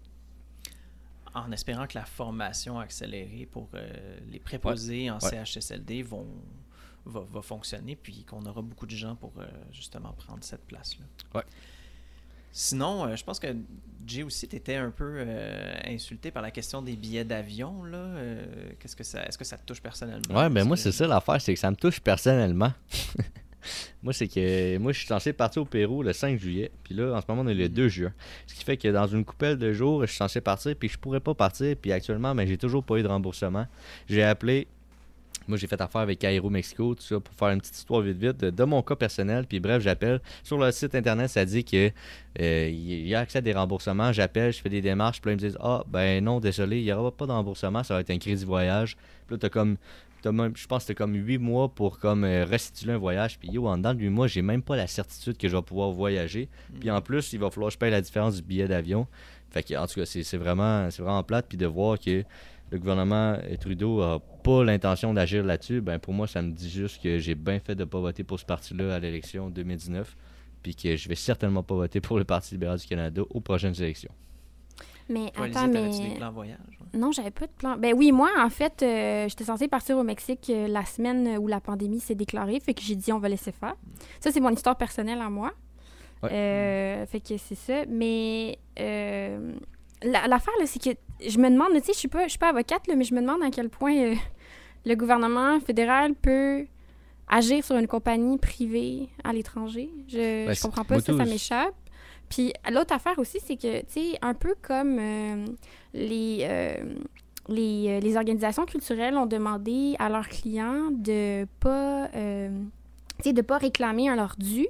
En espérant que la formation accélérée pour euh, les préposés ouais. en ouais. C H S L D vont, va, va fonctionner, puis qu'on aura beaucoup de gens pour euh, justement prendre cette place-là. Ouais. Sinon, euh, je pense que Jay aussi, tu étais un peu euh, insulté par la question des billets d'avion. Là. Euh, qu'est-ce que ça, est-ce que ça te touche personnellement? Ouais, ben moi, que... c'est ça l'affaire, c'est que ça me touche personnellement. Moi, c'est que moi, je suis censé partir au Pérou le cinq juillet, puis là, en ce moment, on est le deux juin. Ce qui fait que dans une coupelle de jours, je suis censé partir, puis je pourrais pas partir, puis actuellement, ben, j'ai toujours pas eu de remboursement. J'ai appelé... Moi, j'ai fait affaire avec Aéromexico, tout ça, pour faire une petite histoire vite vite de, de mon cas personnel. Puis bref, j'appelle. Sur le site internet, ça dit que euh, il y a accès à des remboursements. J'appelle, je fais des démarches. Puis là, ils me disent « Ah, ben non, désolé, il n'y aura pas de remboursement. Ça va être un crédit voyage. » Puis là, t'as comme... T'as même, je pense que t'as comme huit mois pour comme euh, restituer un voyage. Puis yo, en dedans de huit mois, j'ai même pas la certitude que je vais pouvoir voyager. Mm. Puis en plus, il va falloir que je paye la différence du billet d'avion. Fait que, en tout cas, c'est, c'est, vraiment, c'est vraiment plate. Puis de voir que le gouvernement Trudeau a pas l'intention d'agir là-dessus, ben pour moi, ça me dit juste que j'ai bien fait de pas voter pour ce parti-là à l'élection deux mille dix-neuf, puis que je vais certainement pas voter pour le Parti libéral du Canada aux prochaines élections. Mais Toi, attends, Lizzie, mais... t'avais-tu des plans voyage? Ouais? Non, j'avais pas de plan. Ben oui, moi, en fait, euh, j'étais censée partir au Mexique euh, la semaine où la pandémie s'est déclarée, fait que j'ai dit on va laisser faire. Ça, c'est mon histoire personnelle à moi. Ouais. Euh, fait que c'est ça. Mais... Euh... La, l'affaire, là, c'est que je me demande, tu sais, je suis pas, je suis pas avocate, là, mais je me demande à quel point euh, le gouvernement fédéral peut agir sur une compagnie privée à l'étranger. Je, ben, je comprends pas, ça, ça m'échappe. Puis l'autre affaire aussi, c'est que, tu sais, un peu comme euh, les, euh, les, les organisations culturelles ont demandé à leurs clients de pas, euh, tu sais, de pas réclamer un leur dû.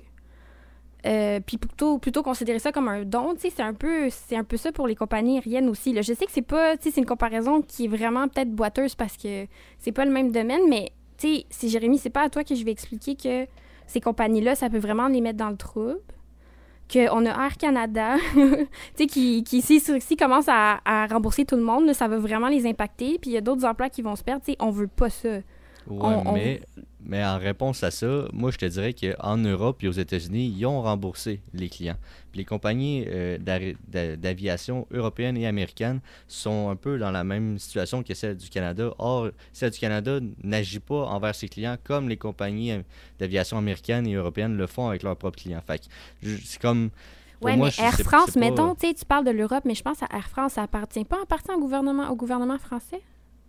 Euh, puis plutôt, plutôt considérer ça comme un don, tu sais, c'est un peu, c'est un peu ça pour les compagnies aériennes aussi, là. Je sais que c'est pas, tu sais, c'est une comparaison qui est vraiment peut-être boiteuse parce que c'est pas le même domaine, mais, tu sais, c'est Jérémy, c'est pas à toi que je vais expliquer que ces compagnies-là, ça peut vraiment les mettre dans le trouble, qu'on a Air Canada, tu sais, qui, qui si, si commence à, à rembourser tout le monde, là, ça va vraiment les impacter, puis il y a d'autres emplois qui vont se perdre, tu sais, on veut pas ça. Ouais, on, mais, on... mais en réponse à ça, moi, je te dirais qu'en Europe et aux États-Unis, ils ont remboursé les clients. Puis les compagnies euh, d'aviation européennes et américaines sont un peu dans la même situation que celle du Canada. Or, celle du Canada n'agit pas envers ses clients comme les compagnies d'aviation américaines et européennes le font avec leurs propres clients. Fait que c'est comme... Oui, mais Air je, France, c'est pas... mettons, tu sais, tu parles de l'Europe, mais je pense à Air France, ça appartient pas en partie au gouvernement, au gouvernement français?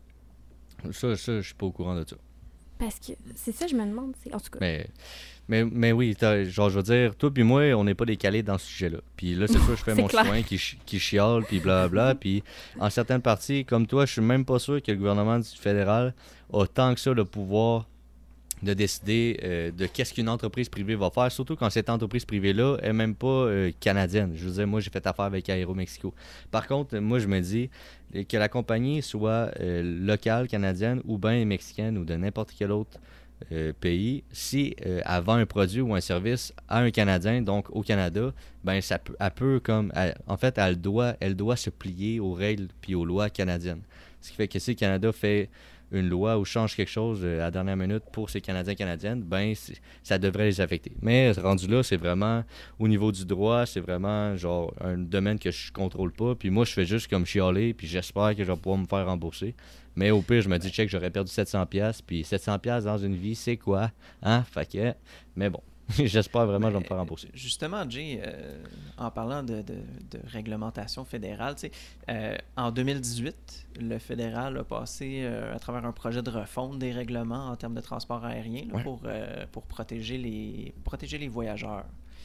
Ça, ça je suis pas au courant de ça. Parce que c'est ça, je me demande. C'est... En tout cas. Mais, mais, mais oui, genre, je veux dire, toi puis moi, on n'est pas des calés dans ce sujet-là. Puis là, c'est sûr, je fais mon citoyen qui, qui chiale, puis blablabla. Puis en certaines parties, comme toi, je suis même pas sûr que le gouvernement du fédéral a tant que ça le pouvoir de décider euh, de qu'est-ce qu'une entreprise privée va faire, surtout quand cette entreprise privée-là est même pas euh, canadienne. Je veux dire, moi, j'ai fait affaire avec Aéromexico. Par contre, moi, je me dis que la compagnie soit euh, locale, canadienne, ou bien mexicaine, ou de n'importe quel autre euh, pays, si euh, elle vend un produit ou un service à un Canadien, donc au Canada, ben ça peut, elle peut comme... Elle, en fait, elle doit, elle doit se plier aux règles puis aux lois canadiennes. Ce qui fait que si le Canada fait une loi ou change quelque chose à la dernière minute pour ces Canadiens canadiennes, ben ça devrait les affecter. Mais rendu là, c'est vraiment au niveau du droit, c'est vraiment genre un domaine que je contrôle pas. Puis moi, je fais juste comme chialer, puis j'espère que je vais pouvoir me faire rembourser. Mais au pire, je me dis, check, j'aurais perdu sept cents dollars, puis sept cents dollars dans une vie, c'est quoi? Hein? Fait que, mais bon. J'espère vraiment que je vais me faire rembourser. Justement, Jay, euh, en parlant de, de, de réglementation fédérale, tu sais, euh, en deux mille dix-huit, le fédéral a passé euh, à travers un projet de refonte des règlements en termes de transport aérien là, ouais. pour, euh, pour protéger les, protéger les voyageurs.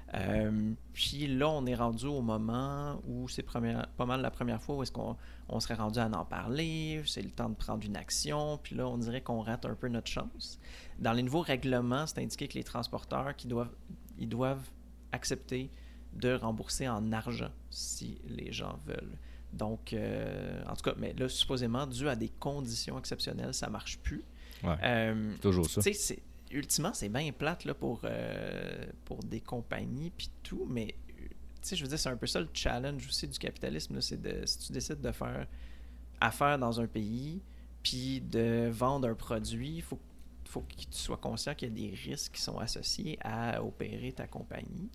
Euh, puis là, on est rendu au moment où c'est première, pas mal la première fois où est-ce qu'on on serait rendu à en parler, c'est le temps de prendre une action, puis là, on dirait qu'on rate un peu notre chance. Dans les nouveaux règlements, c'est indiqué que les transporteurs, qui doivent, ils doivent accepter de rembourser en argent si les gens veulent. Donc, euh, en tout cas, mais là, supposément, dû à des conditions exceptionnelles, ça marche plus. Ouais, euh, c'est toujours ça. Tu sais, c'est ultimement, c'est bien plate là, pour, euh, pour des compagnies puis tout, mais tu sais, je veux dire, c'est un peu ça le challenge aussi du capitalisme, là, c'est de, si tu décides de faire affaire dans un pays puis de vendre un produit, il faut, faut que tu sois conscient qu'il y a des risques qui sont associés à opérer ta compagnie.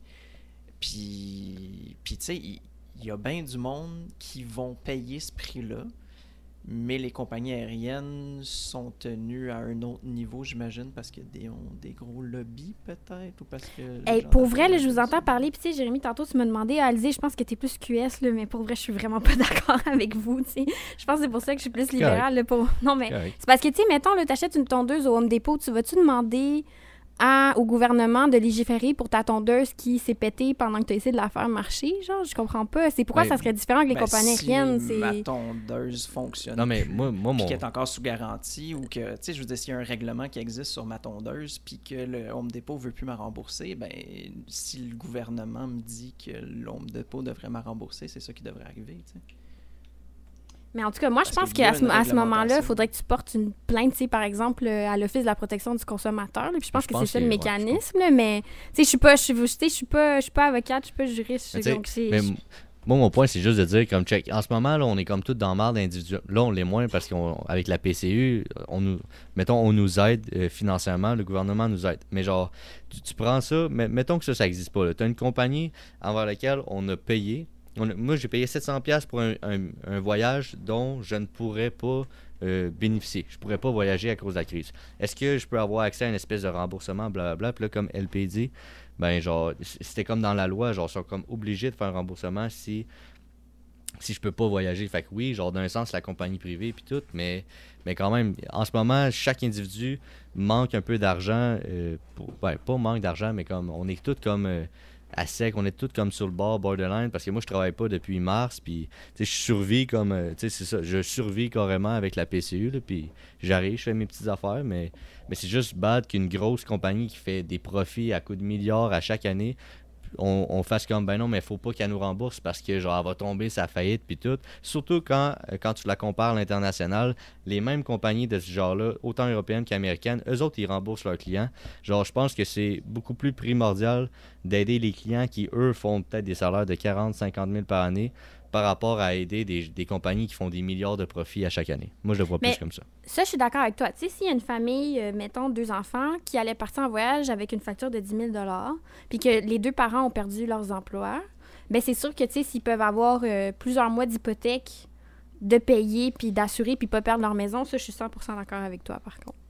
Puis, puis tu sais, il, il y a bien du monde qui vont payer ce prix-là, mais les compagnies aériennes sont tenues à un autre niveau, j'imagine, parce qu'ils ont des gros lobbies, peut-être, ou parce que... Hey, pour vrai, là, je vous entends parler, puis tu sais, Jérémy, tantôt, tu m'as demandé, Alizé, je pense que t'es plus Q S, là, mais pour vrai, je suis vraiment pas d'accord avec vous, tu sais. Je pense que c'est pour ça que je suis plus libérale, là, pour... Non, mais Correct. c'est parce que, tu sais, mettons, là, t'achètes une tondeuse au Home Depot, tu vas-tu demander à, au gouvernement de légiférer pour ta tondeuse qui s'est pétée pendant que tu as essayé de la faire marcher? Genre, je comprends pas. C'est pourquoi Ben, ça serait différent avec les Ben, compagnies si aériennes? ma C'est... tondeuse fonctionne Non, mais plus, moi, moi puis mon... qu'elle est encore sous garantie, ou que, tu sais, je veux dire, s'il y a un règlement qui existe sur ma tondeuse, puis que le Home Depot veut plus me rembourser, ben, si le gouvernement me dit que le Home Depot devrait me rembourser, c'est ça qui devrait arriver, tu sais. Mais en tout cas, moi, je Parce pense qu'il y a qu'à ce, une à ce moment-là, il réglementation. faudrait que tu portes une plainte, tu sais, par exemple, euh, à l'Office de la protection du consommateur. là, Puis je pense Je que pense c'est ça le que- ouais, je mécanisme. là, mais, tu sais, je suis pas, je suis, tu sais, je suis pas, je suis pas avocate, je suis pas juriste. Mais tu sais, Donc, c'est... mais m- moi, mon point, c'est juste de dire, comme check, en ce moment, là, on est comme tout dans marde individuelle. Là, on l'est moins parce qu'avec la P C U, on nous, mettons, on nous aide euh, financièrement, le gouvernement nous aide. Mais genre, tu, tu prends ça, mais, mettons que ça, ça n'existe pas. Tu as une compagnie envers laquelle on a payé. On a- moi, j'ai payé sept cents dollars pour un, un- un voyage dont je ne pourrais pas euh, bénéficier. Je ne pourrais pas voyager à cause de la crise. Est-ce que je peux avoir accès à une espèce de remboursement, blablabla? Puis là, comme L P dit, ben genre, c- c'était comme dans la loi, genre, ils sont comme obligés de faire un remboursement si si je peux pas voyager. Fait que oui, genre d'un sens la compagnie privée puis tout, mais mais quand même, en ce moment, chaque individu manque un peu d'argent. Euh, pour, ben, pas manque d'argent, mais comme on est tous comme euh, à sec, on est tous comme sur le bord, borderline, parce que moi je travaille pas depuis mars, puis tu sais, je survis comme, euh, tu sais, c'est ça, je survis carrément avec la P C U, là, puis j'arrive, je fais mes petites affaires, mais, mais c'est juste bad qu'une grosse compagnie qui fait des profits à coups de milliards à chaque année, on, on fasse comme, ben non, mais faut pas qu'elle nous rembourse parce que, genre, elle va tomber sa faillite puis tout. Surtout quand, euh, quand tu la compares à l'international, les mêmes compagnies de ce genre-là, autant européennes qu'américaines, eux autres, ils remboursent leurs clients. Genre, je pense que c'est beaucoup plus primordial d'aider les clients qui, eux, font peut-être des salaires de quarante, cinquante mille par année par rapport à aider des, des compagnies qui font des milliards de profits à chaque année. Moi, je le vois Mais- plus comme ça. Ça, je suis d'accord avec toi. Tu sais, s'il y a une famille, euh, mettons, deux enfants, qui allait partir en voyage avec une facture de dix mille dollars, puis que les deux parents ont perdu leurs emplois, ben c'est sûr que, tu sais, s'ils peuvent avoir euh, plusieurs mois d'hypothèque de payer, puis d'assurer, puis pas perdre leur maison, ça, je suis cent pour cent d'accord avec toi, par contre.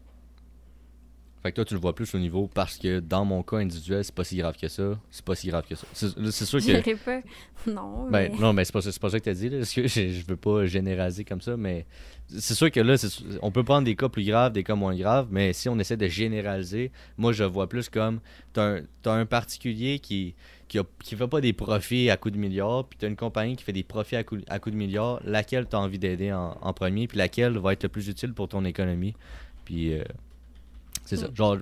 Fait que toi, tu le vois plus au niveau parce que dans mon cas individuel, c'est pas si grave que ça. C'est pas si grave que ça. C'est, là, c'est sûr Je que. dirais pas. Non, Ben, mais... non, mais c'est pas, ça- c'est pas ça que t'as dit, là, parce que je, je veux pas généraliser comme ça, mais c'est sûr que là, c'est sûr- on peut prendre des cas plus graves, des cas moins graves, mais si on essaie de généraliser, moi, je vois plus comme t'as un, t'as un particulier qui, qui, a, qui fait pas des profits à coups de milliards, puis t'as une compagnie qui fait des profits à coups à coups de milliards, laquelle t'as envie d'aider en, en premier, puis laquelle va être le plus utile pour ton économie. Puis, euh, c'est ça. Mm. Genre,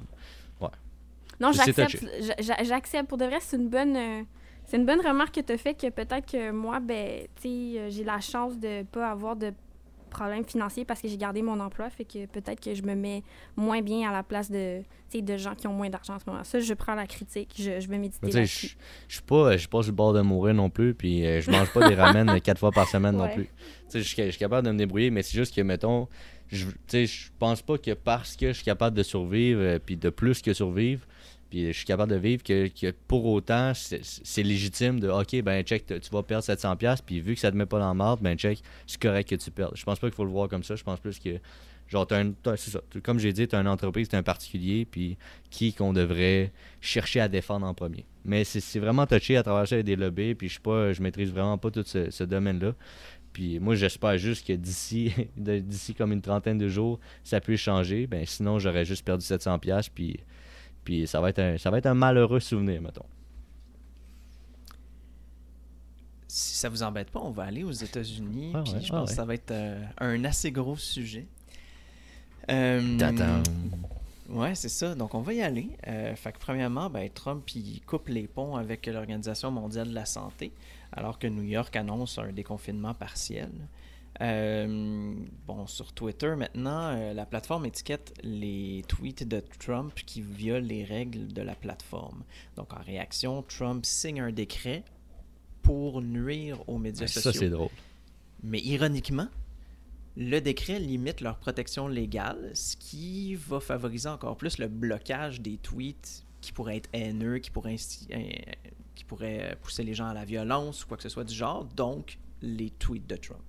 Non, C'est j'accepte. j'a- j'a- J'accepte. Pour de vrai, c'est une bonne, euh, c'est une bonne remarque que tu as fait que peut-être que moi, ben, tu sais, euh, j'ai la chance de pas avoir de problème financier parce que j'ai gardé mon emploi, fait que peut-être que je me mets moins bien à la place de, tu sais, de gens qui ont moins d'argent en ce moment. Ça, je prends la critique, je, je vais méditer tu sais, là-dessus. je je suis pas, je suis pas sur le bord de mourir non plus, puis euh, je mange pas des ramen quatre fois par semaine non Ouais. plus. Tu sais, je suis je suis capable de me débrouiller, mais c'est juste que, mettons, je tu sais, je pense pas que parce que je suis capable de survivre, euh, puis de plus que survivre, puis je suis capable de vivre, que, que pour autant, c'est c'est légitime de, OK, ben check, tu vas perdre sept cents dollars, puis vu que ça te met pas dans la marde, ben check, c'est correct que tu perdes. Je pense pas qu'il faut le voir comme ça, je pense plus que, genre, t'as un, t'as- c'est ça, comme j'ai dit, tu as une entreprise, tu un particulier, puis qui qu'on devrait chercher à défendre en premier. Mais c'est c'est vraiment touché à travers ça, il y a des lobbies, puis je suis pas, je maîtrise vraiment pas tout ce, ce domaine-là. Puis moi, j'espère juste que d'ici de- d'ici comme une trentaine de jours, ça puisse changer. Ben sinon, j'aurais juste perdu sept cents dollars, puis, puis ça va être un ça va être un malheureux souvenir, mettons. ça vous embête pas, on va aller aux États-Unis. Ah Puis ouais, je ah pense ouais. que ça va être euh, un assez gros sujet. Euh, Tadam. Ouais, c'est ça. Donc, on va y aller. Euh, fait que, premièrement, ben, Trump il coupe les ponts avec l'Organisation mondiale de la santé, alors que New York annonce un déconfinement partiel. Euh, bon, sur Twitter, maintenant, euh, la plateforme étiquette les tweets de Trump qui violent les règles de la plateforme. Donc, en réaction, Trump signe un décret pour nuire aux médias Ça, sociaux. c'est drôle. Mais ironiquement, le décret limite leur protection légale, ce qui va favoriser encore plus le blocage des tweets qui pourraient être haineux, qui pourraient, insti- euh, qui pourraient pousser les gens à la violence ou quoi que ce soit du genre, donc les tweets de Trump.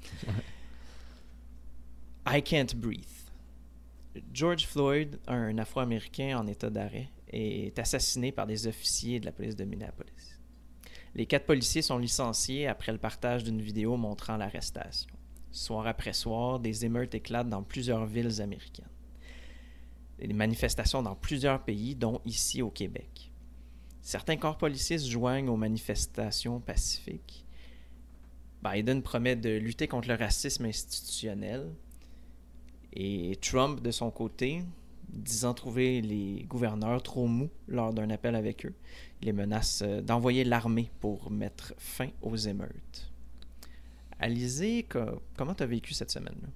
I can't breathe. George Floyd, un Afro-Américain en état d'arrêt, est assassiné par des officiers de la police de Minneapolis. Les quatre policiers sont licenciés après le partage d'une vidéo montrant l'arrestation. Soir après soir, des émeutes éclatent dans plusieurs villes américaines. Des manifestations dans plusieurs pays, dont ici au Québec. Certains corps policiers se joignent aux manifestations pacifiques. Biden promet de lutter contre le racisme institutionnel. Et Trump, de son côté, disant trouver les gouverneurs trop mous lors d'un appel avec eux, les menace d'envoyer l'armée pour mettre fin aux émeutes. Alizée, co- comment tu as vécu cette semaine-là?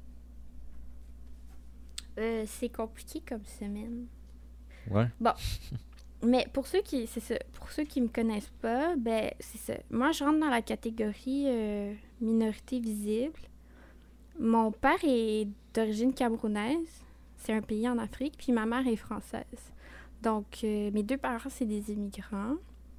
Euh, c'est compliqué comme semaine. Ouais. Mais pour ceux qui c'est ça, pour ceux qui me connaissent pas, ben c'est ça. Moi, je rentre dans la catégorie euh, minorité visible. Mon père est d'origine camerounaise. C'est un pays en Afrique. Puis ma mère est française. Donc, euh, mes deux parents, c'est des immigrants.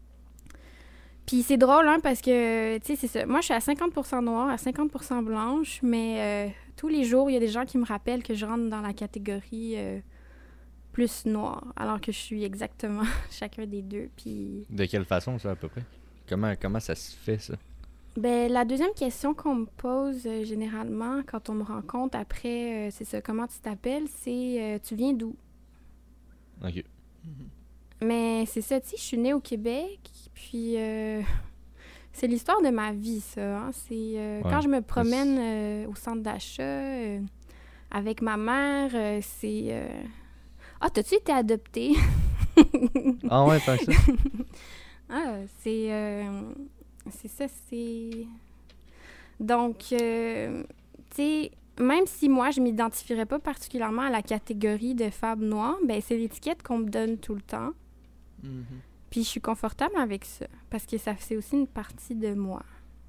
Puis c'est drôle, hein, parce que, tu sais, c'est ça. Moi, je suis à cinquante pour cent noire, à cinquante pour cent blanche, mais euh, tous les jours, il y a des gens qui me rappellent que je rentre dans la catégorie euh, plus noire, alors que je suis exactement chacun des deux. Puis, De quelle façon, ça, à peu près? Comment, comment ça se fait, ça? ben, la deuxième question qu'on me pose euh, généralement quand on me rencontre après, euh, c'est ça, comment tu t'appelles, c'est euh, tu viens d'où? OK. Mm-hmm. Mais c'est ça, tu sais, je suis née au Québec, puis euh, c'est l'histoire de ma vie, ça. Hein? C'est euh, Ouais. quand je me promène euh, au centre d'achat euh, avec ma mère, euh, c'est... euh, Ah, t'as-tu été adoptée? Ah ouais, tant que ça? Ah, c'est... euh, c'est ça, c'est... Donc, euh, tu sais, même si moi, je m'identifierais pas particulièrement à la catégorie de femme noire, ben c'est l'étiquette qu'on me donne tout le temps. Mm-hmm. Puis je suis confortable avec ça, parce que ça c'est aussi une partie de moi.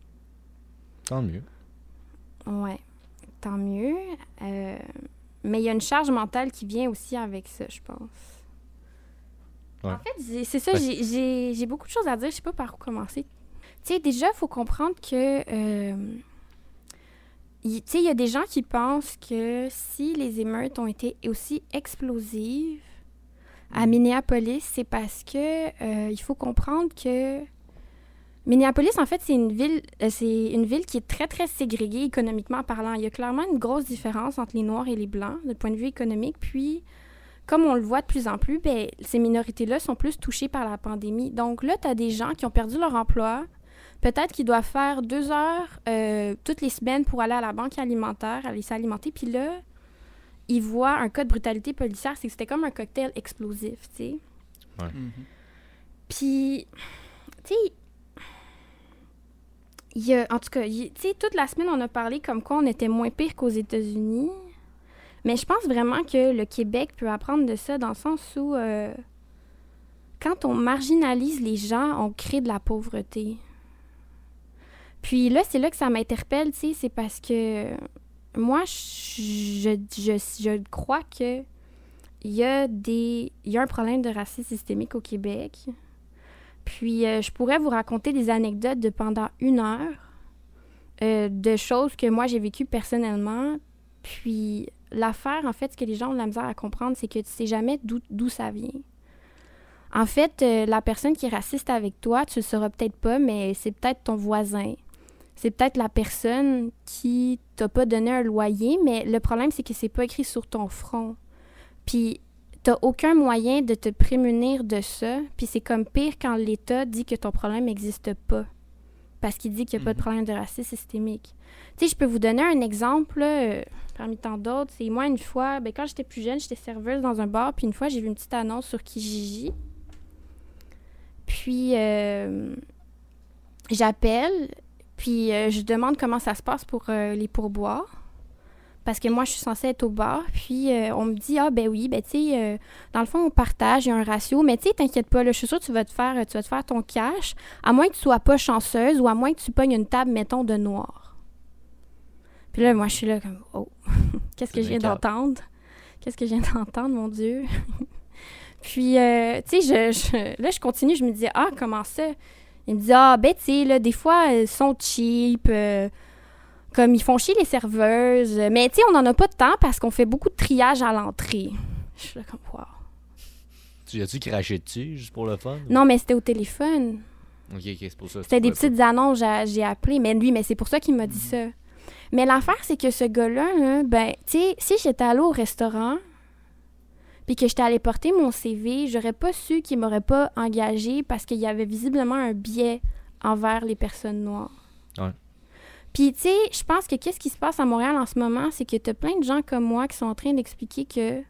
Tant mieux. Ouais, tant mieux. Euh, mais il y a une charge mentale qui vient aussi avec ça, je pense. Ouais. En fait, j'ai- c'est ça, Ouais. j'ai- j'ai j'ai beaucoup de choses à dire, je sais pas par où commencer. Tu sais, déjà, il faut comprendre que... euh, y- tu sais, il y a des gens qui pensent que si les émeutes ont été aussi explosives à Minneapolis, c'est parce que euh, il faut comprendre que Minneapolis, en fait, c'est une ville, euh, c'est une ville qui est très, très ségrégée économiquement parlant. Il y a clairement une grosse différence entre les Noirs et les Blancs, du point de vue économique. Puis, comme on le voit de plus en plus, ben, ces minorités-là sont plus touchées par la pandémie. Donc là, tu as des gens qui ont perdu leur emploi, peut-être qu'ils doivent faire deux heures euh, toutes les semaines pour aller à la banque alimentaire, aller s'alimenter. Puis là, ils voient un cas de brutalité policière, c'est que c'était comme un cocktail explosif, tu sais. Mm-hmm. Puis, tu sais, il y a, en tout cas, il- tu sais, toute la semaine, on a parlé comme quoi on était moins pire qu'aux États-Unis. Mais je pense vraiment que le Québec peut apprendre de ça dans le sens où, euh, quand on marginalise les gens, on crée de la pauvreté. Puis là, c'est là que ça m'interpelle, tu sais, c'est parce que moi, je, je, je, je crois que il y a des, il y a un problème de racisme systémique au Québec. Puis euh, je pourrais vous raconter des anecdotes de pendant une heure euh, de choses que moi j'ai vécues personnellement. Puis l'affaire, en fait, ce que les gens ont de la misère à comprendre, c'est que tu sais jamais d'où, d'où ça vient. En fait, euh, la personne qui est raciste avec toi, tu le sauras peut-être pas, mais c'est peut-être ton voisin. C'est peut-être la personne qui t'a pas donné un loyer, mais le problème, c'est que c'est pas écrit sur ton front. Puis t'as aucun moyen de te prémunir de ça, puis c'est comme pire quand l'État dit que ton problème n'existe pas. parce qu'il dit qu'il n'y a pas de Mhm. problème de racisme systémique. Tu sais, je peux vous donner un exemple, là, euh, parmi tant d'autres. C'est moi, une fois, ben, quand j'étais plus jeune, j'étais serveuse dans un bar, puis une fois, j'ai vu une petite annonce sur Kijiji. Puis, euh, j'appelle, puis euh, je demande comment ça se passe pour euh, les pourboires. Parce que moi, je suis censée être au bar. Puis, euh, on me dit, ah, ben oui, ben, tu sais, euh, dans le fond, on partage, il y a un ratio. Mais, tu sais, t'inquiète pas, là, je suis sûre que tu vas te faire, tu vas te faire ton cash, à moins que tu sois pas chanceuse ou à moins que tu pognes une table, mettons, de noir. Puis là, moi, je suis là comme, oh, qu'est-ce que je viens d'entendre? Qu'est-ce que je viens d'entendre, mon Dieu? Puis, euh, tu sais, je, je, là, je continue, je me dis, ah, comment ça? Il me dit, ah, ben, tu sais, là, des fois, ils sont cheap, euh, comme ils font chier les serveuses. Mais, tu sais, on n'en a pas de temps parce qu'on fait beaucoup de triage à l'entrée. Je suis là comme, wow. Tu as-tu craché dessus, juste pour le fun? Non, mais c'était au téléphone. Ok, ok, c'est pour ça. C'était des petites annonces, j'ai, j'ai appelé. Mais lui, mais c'est pour ça qu'il m'a dit ça. Mais l'affaire, c'est que ce gars-là, là, ben, tu sais, si j'étais allée au restaurant, puis que j'étais allée porter mon C V, j'aurais pas su qu'il m'aurait pas engagé parce qu'il y avait visiblement un biais envers les personnes noires. Ouais. Puis, tu sais, je pense que qu'est-ce qui se passe à Montréal en ce moment, c'est que t'as plein de gens comme moi qui sont en train d'expliquer que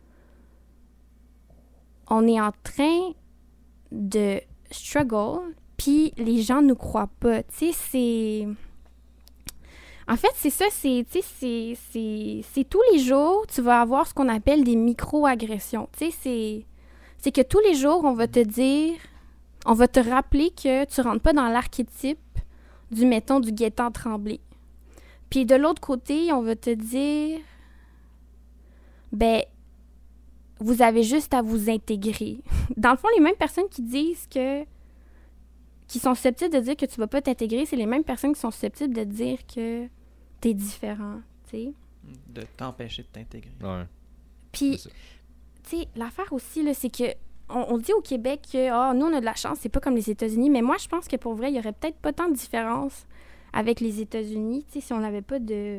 on est en train de struggle, puis les gens nous croient pas. Tu sais, c'est... En fait, c'est ça, c'est, tu sais, c'est, c'est, c'est tous les jours, tu vas avoir ce qu'on appelle des micro-agressions. Tu sais, c'est, c'est que tous les jours, on va te dire, on va te rappeler que tu rentres pas dans l'archétype du, mettons, du Gaétan Tremblay. Puis de l'autre côté, on va te dire, ben, vous avez juste à vous intégrer. Dans le fond, les mêmes personnes qui disent que, qui sont susceptibles de dire que tu vas pas t'intégrer, c'est les mêmes personnes qui sont susceptibles de dire que t'es différent, tu sais. De t'empêcher de t'intégrer. Ouais. Puis, C'est ça. tu sais, l'affaire aussi, là, c'est que on, on dit au Québec que ah, nous, on a de la chance, c'est pas comme les États-Unis, mais moi, je pense que pour vrai, il y aurait peut-être pas tant de différence avec les États-Unis, tu sais, si on n'avait pas de,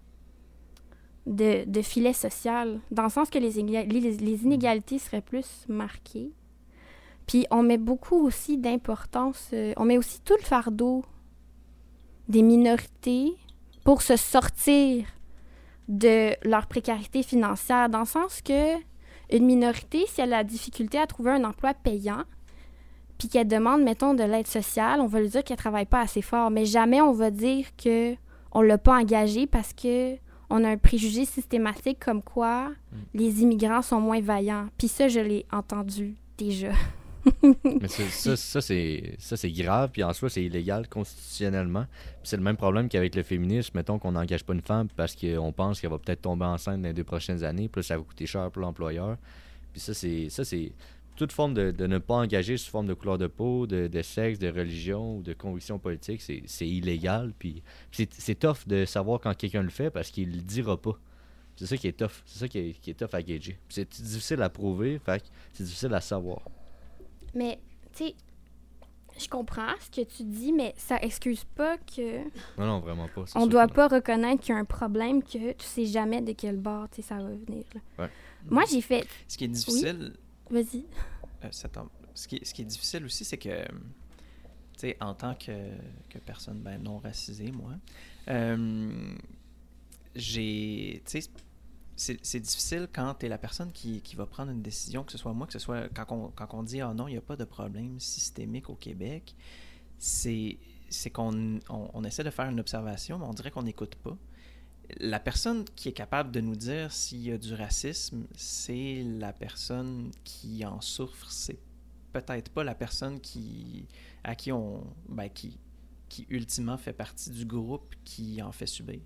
de, de filet social, dans le sens que les, éga- les, les inégalités seraient plus marquées. Puis, on met beaucoup aussi d'importance, euh, on met aussi tout le fardeau des minorités pour se sortir de leur précarité financière, dans le sens que une minorité, si elle a la difficulté à trouver un emploi payant, puis qu'elle demande, mettons, de l'aide sociale, on va lui dire qu'elle travaille pas assez fort, mais jamais on va dire que on l'a pas engagée parce que on a un préjugé systématique comme quoi mm. les immigrants sont moins vaillants. Puis ça, je l'ai entendu déjà. Mais c'est, ça, ça, c'est, ça, c'est grave, puis en soi, c'est illégal constitutionnellement. Puis c'est le même problème qu'avec le féminisme. Mettons qu'on n'engage pas une femme parce qu'on pense qu'elle va peut-être tomber enceinte dans les deux prochaines années, puis là, ça va coûter cher pour l'employeur. Puis ça, c'est, ça, c'est toute forme de, de ne pas engager sous forme de couleur de peau, de, de sexe, de religion ou de conviction politique, c'est, c'est illégal. Puis c'est, c'est tough de savoir quand quelqu'un le fait parce qu'il le dira pas. C'est ça qui est tough. C'est ça qui est, qui est tough à gager. Puis c'est difficile à prouver, fait que c'est difficile à savoir. Mais, tu sais, je comprends ce que tu dis, mais ça excuse pas que... Non, non, vraiment pas. On doit pas reconnaître qu'il y a un problème, que tu sais jamais de quel bord, tu sais, ça va venir. Là. Ouais. Moi, j'ai fait... Ce qui est difficile... Oui? Vas-y. Euh, ça tombe. Ce, qui, ce qui est difficile aussi, c'est que, tu sais, en tant que, que personne ben, non racisée, moi, euh, j'ai... Tu sais, c'est, c'est difficile quand tu es la personne qui, qui va prendre une décision, que ce soit moi, que ce soit quand on, quand on dit « Ah non, il n'y a pas de problème systémique au Québec », c'est, c'est qu'on on, on essaie de faire une observation, mais on dirait qu'on n'écoute pas. La personne qui est capable de nous dire s'il y a du racisme, c'est la personne qui en souffre. C'est peut-être pas la personne qui, à qui on, ben, qui, qui ultimement fait partie du groupe qui en fait subir.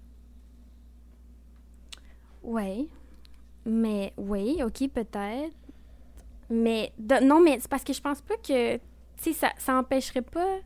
Oui, mais oui, ok, peut-être. Mais de, non, mais c'est parce que je pense pas que, tu sais, ça, ça empêcherait pas.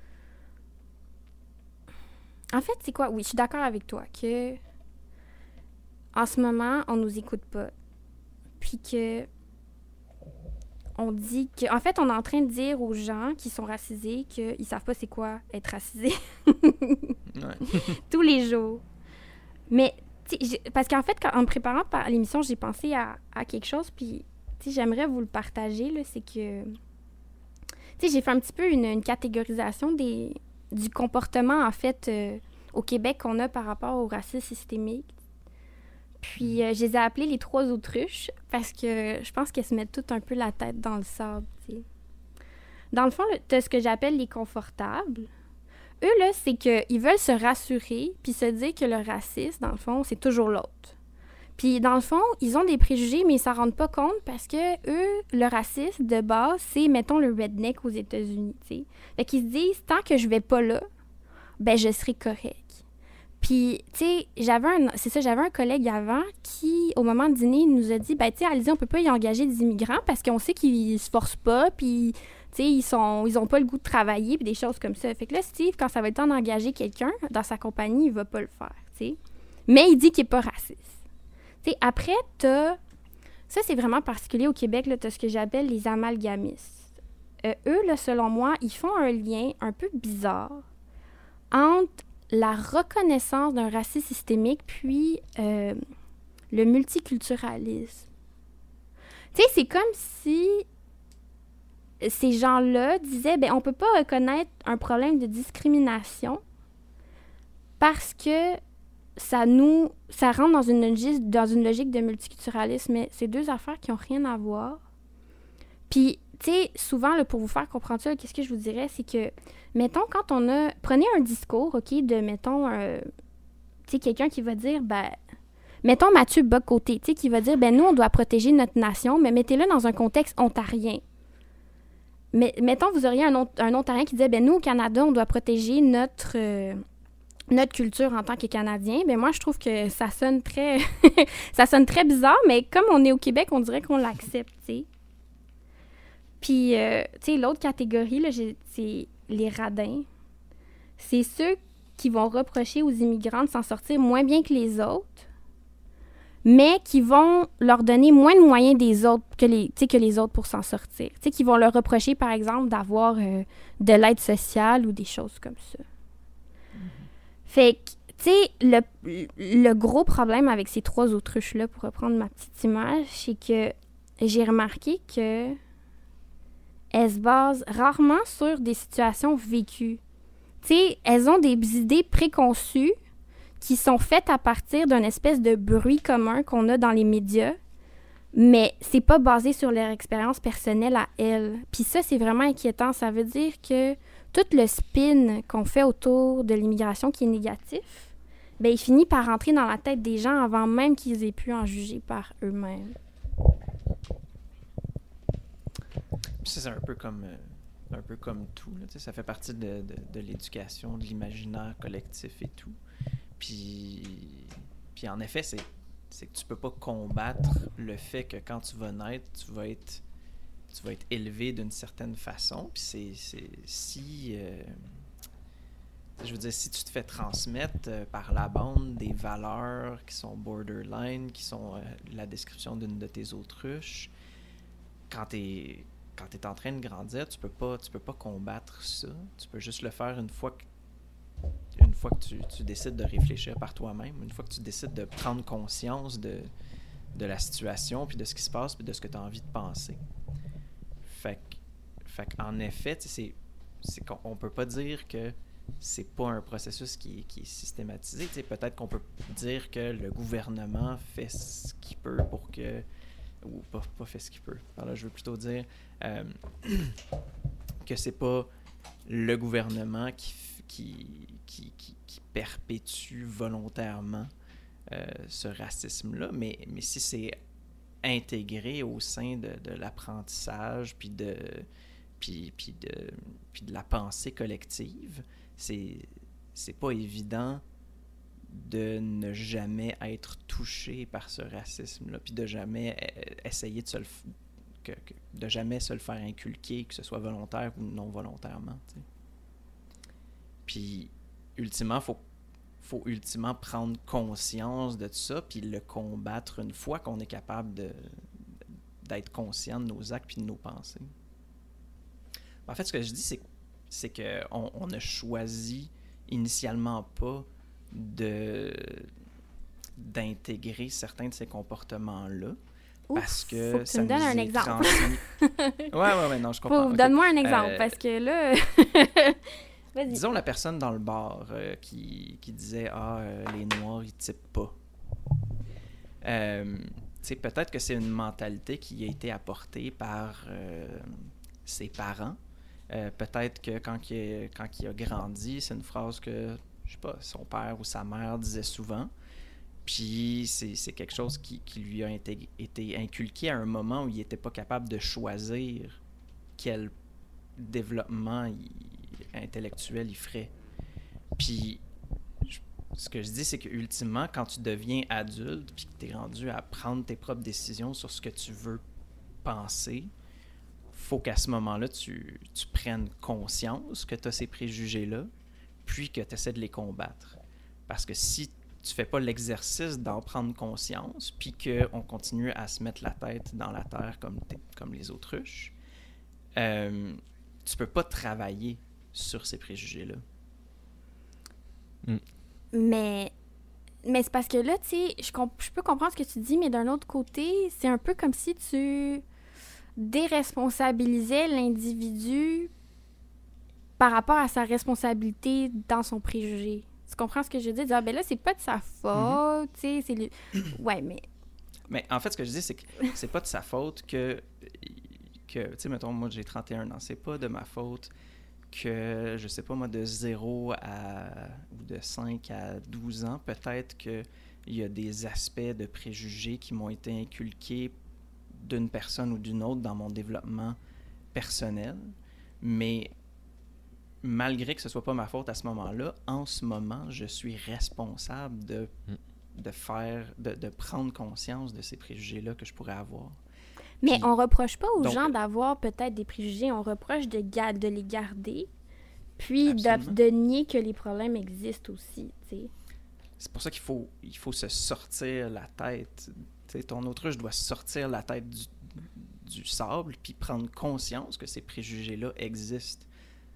En fait, c'est quoi? Oui, je suis d'accord avec toi que en ce moment, on nous écoute pas. Puis que on dit que, en fait, on est en train de dire aux gens qui sont racisés qu'ils savent pas c'est quoi être racisé. Ouais. Tous les jours. Mais parce qu'en fait, quand, en me préparant par l'émission, j'ai pensé à, à quelque chose, puis j'aimerais vous le partager, là, c'est que j'ai fait un petit peu une, une catégorisation des, du comportement, en fait, euh, au Québec qu'on a par rapport au racisme systémique. Puis, euh, je les ai appelées les trois autruches parce que je pense qu'elles se mettent toutes un peu la tête dans le sable, tu sais. Dans le fond, tu as ce que j'appelle les confortables. Eux, là, c'est qu'ils veulent se rassurer puis se dire que le racisme, dans le fond, c'est toujours l'autre. Puis, dans le fond, ils ont des préjugés, mais ils s'en rendent pas compte parce que eux, le racisme, de base, c'est, mettons, le redneck aux États-Unis, tu sais. Fait qu'ils se disent, tant que je vais pas là, ben je serai correct. Puis, tu sais, j'avais un... C'est ça, j'avais un collègue avant qui, au moment de dîner, il nous a dit, ben tu sais, Alizée, on peut pas y engager des immigrants parce qu'on sait qu'ils se forcent pas, puis, tu sais, ils sont... ils ont pas le goût de travailler, puis des choses comme ça. Fait que là, Steve, quand ça va être le temps d'engager quelqu'un dans sa compagnie, il va pas le faire, tu sais. Mais il dit qu'il est pas raciste. T'sais, après, t'as... Ça, c'est vraiment particulier au Québec, là, t'as ce que j'appelle les amalgamistes. Euh, eux, là, selon moi, ils font un lien un peu bizarre entre la reconnaissance d'un racisme systémique puis euh, le multiculturalisme. Tu sais, c'est comme si ces gens-là disaient, ben on peut pas reconnaître un problème de discrimination parce que ça nous ça rentre dans une logique, dans une logique de multiculturalisme, mais c'est deux affaires qui n'ont rien à voir. Puis, tu sais, souvent, là, pour vous faire comprendre ça, qu'est-ce que je vous dirais, c'est que, mettons, quand on a... Prenez un discours, OK, de, mettons, euh, tu sais, quelqu'un qui va dire, ben... Mettons Mathieu Bock-Côté, tu sais, qui va dire, ben nous, on doit protéger notre nation, mais mettez-le dans un contexte ontarien. Mais, mettons, vous auriez un, un Ontarien qui disait, ben nous, au Canada, on doit protéger notre... Euh, notre culture en tant que Canadien, ben moi, je trouve que ça sonne très... ça sonne très bizarre, mais comme on est au Québec, on dirait qu'on l'accepte, tu sais. Puis, euh, tu sais, l'autre catégorie, là, j'ai, c'est les radins. C'est ceux qui vont reprocher aux immigrants de s'en sortir moins bien que les autres, mais qui vont leur donner moins de moyens des autres que les, que les autres pour s'en sortir. Tu sais, qui vont leur reprocher, par exemple, d'avoir euh, de l'aide sociale ou des choses comme ça. Fait que, tu sais, le, le gros problème avec ces trois autruches-là, pour reprendre ma petite image, c'est que j'ai remarqué que elles se basent rarement sur des situations vécues. Tu sais, elles ont des idées préconçues qui sont faites à partir d'un espèce de bruit commun qu'on a dans les médias, mais c'est pas basé sur leur expérience personnelle à elles. Puis ça, c'est vraiment inquiétant. Ça veut dire que tout le spin qu'on fait autour de l'immigration qui est négatif, bien, il finit par rentrer dans la tête des gens avant même qu'ils aient pu en juger par eux-mêmes. C'est un peu comme, euh, un peu comme tout. Là, ça fait partie de, de, de l'éducation, de l'imaginaire collectif et tout. Puis, puis en effet, c'est, c'est que tu peux pas combattre le fait que quand tu vas naître, tu vas être... tu vas être élevé d'une certaine façon, puis c'est, c'est si, euh, je veux dire, si tu te fais transmettre euh, par la bande des valeurs qui sont borderline, qui sont euh, la description d'une de tes autruches, quand t'es quand t'es en train de grandir, tu peux pas tu peux pas combattre ça, tu peux juste le faire une fois que une fois que tu, tu décides de réfléchir par toi-même, une fois que tu décides de prendre conscience de, de la situation, puis de ce qui se passe, puis de ce que tu as envie de penser. Fait, fait qu'en effet, c'est, c'est qu'on on peut pas dire que c'est pas un processus qui, qui est systématisé. T'sais, peut-être qu'on peut dire que le gouvernement fait ce qu'il peut pour que... Ou pas, pas fait ce qu'il peut. Alors là, je veux plutôt dire euh, que c'est pas le gouvernement qui, qui, qui, qui, qui perpétue volontairement euh, ce racisme-là, mais, mais si c'est intégré au sein de, de l'apprentissage puis de, puis, puis de, puis de la pensée collective, c'est, c'est pas évident de ne jamais être touché par ce racisme-là, puis de jamais essayer de se le, que, que, de jamais se le faire inculquer, que ce soit volontaire ou non volontairement. T'sais. Puis, ultimement, il faut, faut ultimement prendre conscience de tout ça, puis le combattre une fois qu'on est capable de, d'être conscient de nos actes puis de nos pensées. En fait, ce que je dis, c'est, c'est qu'on on a choisi initialement pas de d'intégrer certains de ces comportements-là. Ouf, parce que faut que ça tu me donnes un exemple. ouais, ouais, ouais, non, je comprends. Faut, okay. Donne-moi un exemple, euh, parce que là... Vas-y. Disons la personne dans le bar euh, qui, qui disait « Ah, euh, les Noirs, ils typent pas. Euh, » Tu sais, peut-être que c'est une mentalité qui a été apportée par euh, ses parents. Euh, peut-être que quand il, est, quand il a grandi, c'est une phrase que, je sais pas, son père ou sa mère disait souvent. Puis c'est, c'est quelque chose qui, qui lui a été, été inculqué à un moment où il n'était pas capable de choisir quel développement il, intellectuel il ferait. Puis je, ce que je dis, c'est qu'ultimement, quand tu deviens adulte puis que tu es rendu à prendre tes propres décisions sur ce que tu veux penser, faut qu'à ce moment-là, tu, tu prennes conscience que tu as ces préjugés-là, puis que tu essaies de les combattre. Parce que si tu fais pas l'exercice d'en prendre conscience, puis qu'on continue à se mettre la tête dans la terre comme, comme les autruches, euh, tu peux pas travailler sur ces préjugés-là. Mm. Mais, mais c'est parce que là, tu sais, je, comp- je peux comprendre ce que tu dis, mais d'un autre côté, c'est un peu comme si tu déresponsabilisait l'individu par rapport à sa responsabilité dans son préjugé. Tu comprends ce que je veux dire? Dire, ah, ben là, c'est pas de sa faute, mm-hmm. tu sais, c'est... Le... Ouais, mais... Mais en fait, ce que je dis, c'est que c'est pas de sa faute que... que tu sais, mettons, moi, j'ai trente et un ans. C'est pas de ma faute que, je sais pas, moi, de zéro à... ou de cinq à douze ans, peut-être qu'il y a des aspects de préjugés qui m'ont été inculqués d'une personne ou d'une autre dans mon développement personnel, mais malgré que ce soit pas ma faute à ce moment-là, en ce moment, je suis responsable de, mm. de faire, de, de prendre conscience de ces préjugés-là que je pourrais avoir. Mais Puis, on reproche pas aux donc, gens d'avoir peut-être des préjugés, on reproche de, ga- de les garder, puis absolument. de, de nier que les problèmes existent aussi, tu sais. C'est pour ça qu'il faut, il faut se sortir la tête. T'sais, ton autruche doit sortir la tête du, du sable puis prendre conscience que ces préjugés-là existent.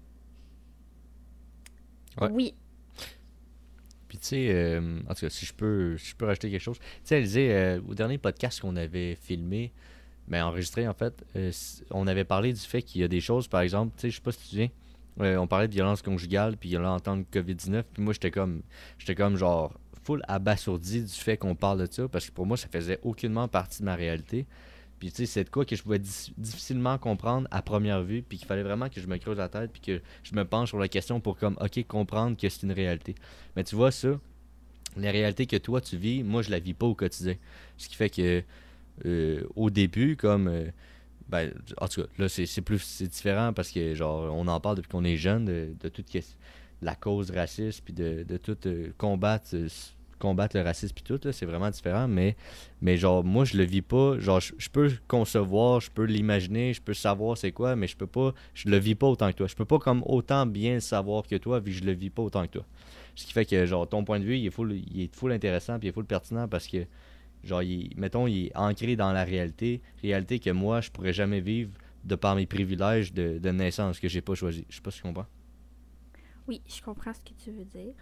Ouais. Oui. Puis tu sais, euh, en tout cas, si je peux, si je peux rajouter quelque chose. Tu sais, elle disait, euh, au dernier podcast qu'on avait filmé, mais enregistré en fait, euh, on avait parlé du fait qu'il y a des choses, par exemple, tu sais, je sais pas si tu te souviens, euh, on parlait de violence conjugale, puis là, en temps de covid dix-neuf, puis moi, j'étais comme, j'étais comme genre full abasourdi du fait qu'on parle de ça, parce que pour moi, ça faisait aucunement partie de ma réalité. Puis tu sais, c'est de quoi que je pouvais di- difficilement comprendre à première vue, puis qu'il fallait vraiment que je me creuse la tête, puis que je me penche sur la question pour comme, ok, comprendre que c'est une réalité. Mais tu vois ça, la réalité que toi tu vis, moi je la vis pas au quotidien. Ce qui fait que euh, au début, comme euh, ben, en tout cas, là c'est, c'est plus c'est différent parce que genre on en parle depuis qu'on est jeune de, de toute la cause raciste, puis de, de tout euh, combattre. Euh, combattre le racisme puis tout, là, c'est vraiment différent, mais, mais genre, moi, je le vis pas, genre, je, je peux concevoir, je peux l'imaginer, je peux savoir c'est quoi, mais je peux pas, je le vis pas autant que toi. Je peux pas comme autant bien le savoir que toi, vu que je le vis pas autant que toi. Ce qui fait que, genre, ton point de vue, il est full, il est full intéressant, puis il est full pertinent, parce que, genre, il, mettons, il est ancré dans la réalité, réalité que moi, je pourrais jamais vivre de par mes privilèges de, de naissance que j'ai pas choisi. Je sais pas si tu comprends. Oui, je comprends ce que tu veux dire.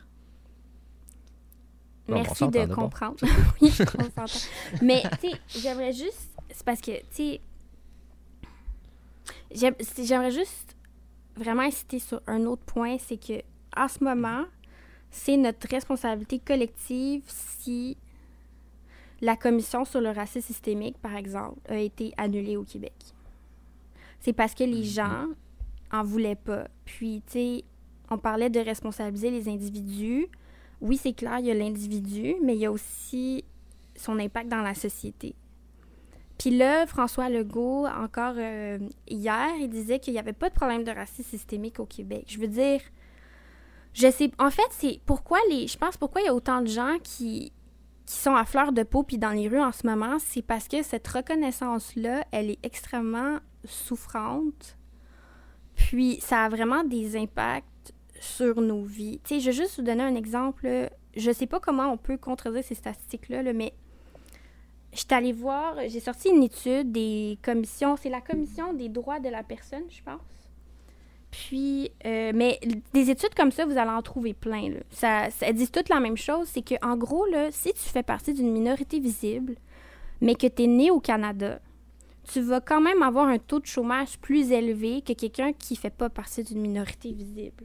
Bon, merci de comprendre. Oui, on s'entend. Mais, tu sais, j'aimerais juste... C'est parce que, tu sais... J'aime, j'aimerais juste vraiment insister sur un autre point, c'est que en ce moment, c'est notre responsabilité collective si la commission sur le racisme systémique, par exemple, a été annulée au Québec. C'est parce que les gens en voulaient pas. Puis, tu sais, on parlait de responsabiliser les individus. Oui, c'est clair, il y a l'individu, mais il y a aussi son impact dans la société. Puis là, François Legault, encore euh, hier, il disait qu'il n'y avait pas de problème de racisme systémique au Québec. Je veux dire, je sais, en fait, c'est pourquoi les, je pense pourquoi il y a autant de gens qui, qui sont à fleur de peau puis dans les rues en ce moment, c'est parce que cette reconnaissance-là, elle est extrêmement souffrante. Puis ça a vraiment des impacts sur nos vies. Tu sais, je vais juste vous donner un exemple. Je sais pas comment on peut contredire ces statistiques-là, là, mais je suis allée voir, j'ai sorti une étude des commissions, c'est la commission des droits de la personne, je pense. Puis, euh, mais des études comme ça, vous allez en trouver plein, là. Ça, ça, elles disent toutes la même chose, c'est qu'en gros, là, si tu fais partie d'une minorité visible, mais que tu es né au Canada, tu vas quand même avoir un taux de chômage plus élevé que quelqu'un qui fait pas partie d'une minorité visible.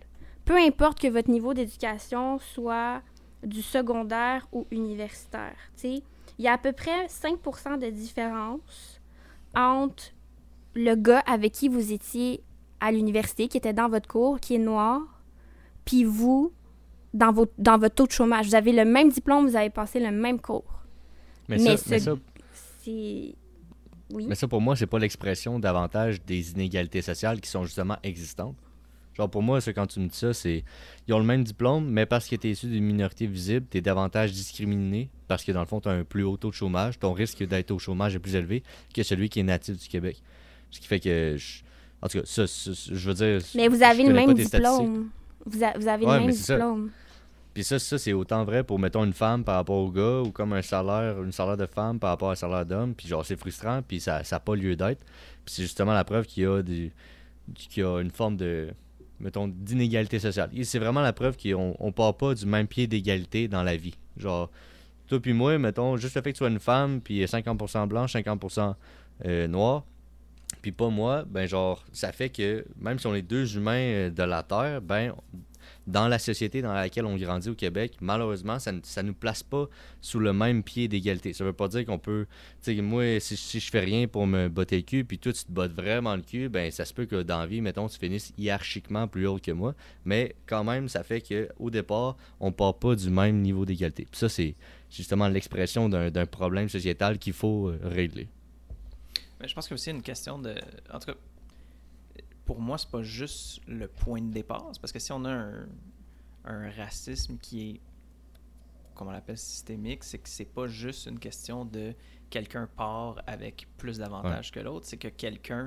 peu importe que votre niveau d'éducation soit du secondaire ou universitaire. Il y a à peu près cinq pour cent de différence entre le gars avec qui vous étiez à l'université, qui était dans votre cours, qui est noir, puis vous, dans, vos, dans votre taux de chômage. Vous avez le même diplôme, vous avez passé le même cours. Mais, mais ça, mais ce, ça, c'est... Oui. Mais ça, pour moi, c'est pas l'expression davantage des inégalités sociales qui sont justement existantes. Genre, pour moi, ça, quand tu me dis ça, c'est... Ils ont le même diplôme, mais parce que tu es issu d'une minorité visible, tu es davantage discriminé parce que, dans le fond, tu as un plus haut taux de chômage. Ton risque d'être au chômage est plus élevé que celui qui est natif du Québec. Ce qui fait que... Je... En tout cas, ça, ça, ça, je veux dire... Mais vous avez je le connais même pas tes diplôme. Vous, a, vous avez Ouais, le même mais c'est diplôme. ça. Puis ça, ça, c'est autant vrai pour, mettons, une femme par rapport au gars ou comme un salaire, une salaire de femme par rapport à un salaire d'homme. Puis genre, c'est frustrant, puis ça n'a pas lieu d'être. Puis c'est justement la preuve qu'il y a, des, qu'il y a une forme de, mettons, d'inégalité sociale. Et c'est vraiment la preuve qu'on on part pas du même pied d'égalité dans la vie. Genre, toi puis moi, mettons, juste le fait que tu sois une femme, puis cinquante pour cent blanche, cinquante pour cent euh, noir, puis pas moi, ben genre, ça fait que même si on est deux humains de la Terre, ben... dans la société dans laquelle on grandit au Québec, malheureusement, ça ne ça nous place pas sous le même pied d'égalité. Ça veut pas dire qu'on peut... Tu sais, moi, si, si je fais rien pour me botter le cul, puis toi, tu te bottes vraiment le cul, ben ça se peut que dans la vie, mettons, tu finisses hiérarchiquement plus haut que moi. Mais quand même, ça fait qu'au départ, on part pas du même niveau d'égalité. Puis ça, c'est justement l'expression d'un, d'un problème sociétal qu'il faut euh, régler. Mais je pense que c'est aussi une question de... En tout cas, pour moi, c'est pas juste le point de départ. C'est parce que si on a un, un racisme qui est, comment on l'appelle, systémique, c'est que c'est pas juste une question de quelqu'un part avec plus d'avantages ouais. que l'autre, c'est que quelqu'un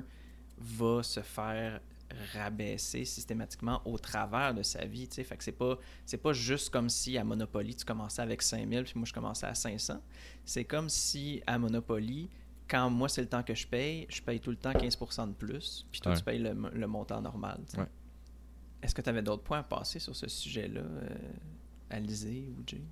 va se faire rabaisser systématiquement au travers de sa vie, tu sais. Fait que c'est pas, c'est pas juste comme si à Monopoly, tu commençais avec cinq mille puis moi, je commençais à cinq cents. C'est comme si à Monopoly, quand moi, c'est le temps que je paye, je paye tout le temps quinze pour cent de plus, puis toi, ouais. tu payes le, le montant normal. Ouais. Est-ce que tu avais d'autres points à passer sur ce sujet-là, euh, Alizé ou Jay?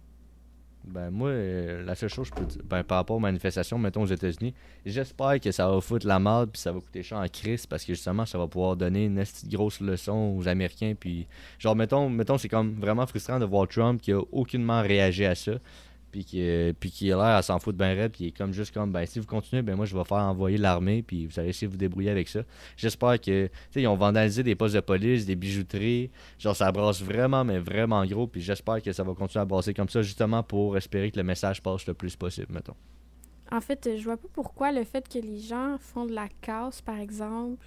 Ben moi, euh, la seule chose que je peux dire, ben, par rapport aux manifestations, mettons aux États-Unis, j'espère que ça va foutre la merde puis ça va coûter cher en crise parce que justement, ça va pouvoir donner une grosse leçon aux Américains. Puis genre, mettons, mettons c'est comme vraiment frustrant de voir Trump qui a aucunement réagi à ça. Puis qui, euh, puis qui a l'air à s'en foutre bien raide, puis il est comme juste comme, ben si vous continuez, ben moi je vais faire envoyer l'armée, puis vous allez essayer de vous débrouiller avec ça. J'espère que, tu sais, ils ont vandalisé des postes de police, des bijouteries, genre ça brasse vraiment, mais vraiment gros, puis j'espère que ça va continuer à brasser comme ça, justement pour espérer que le message passe le plus possible, mettons. En fait, je vois pas pourquoi le fait que les gens font de la casse, par exemple,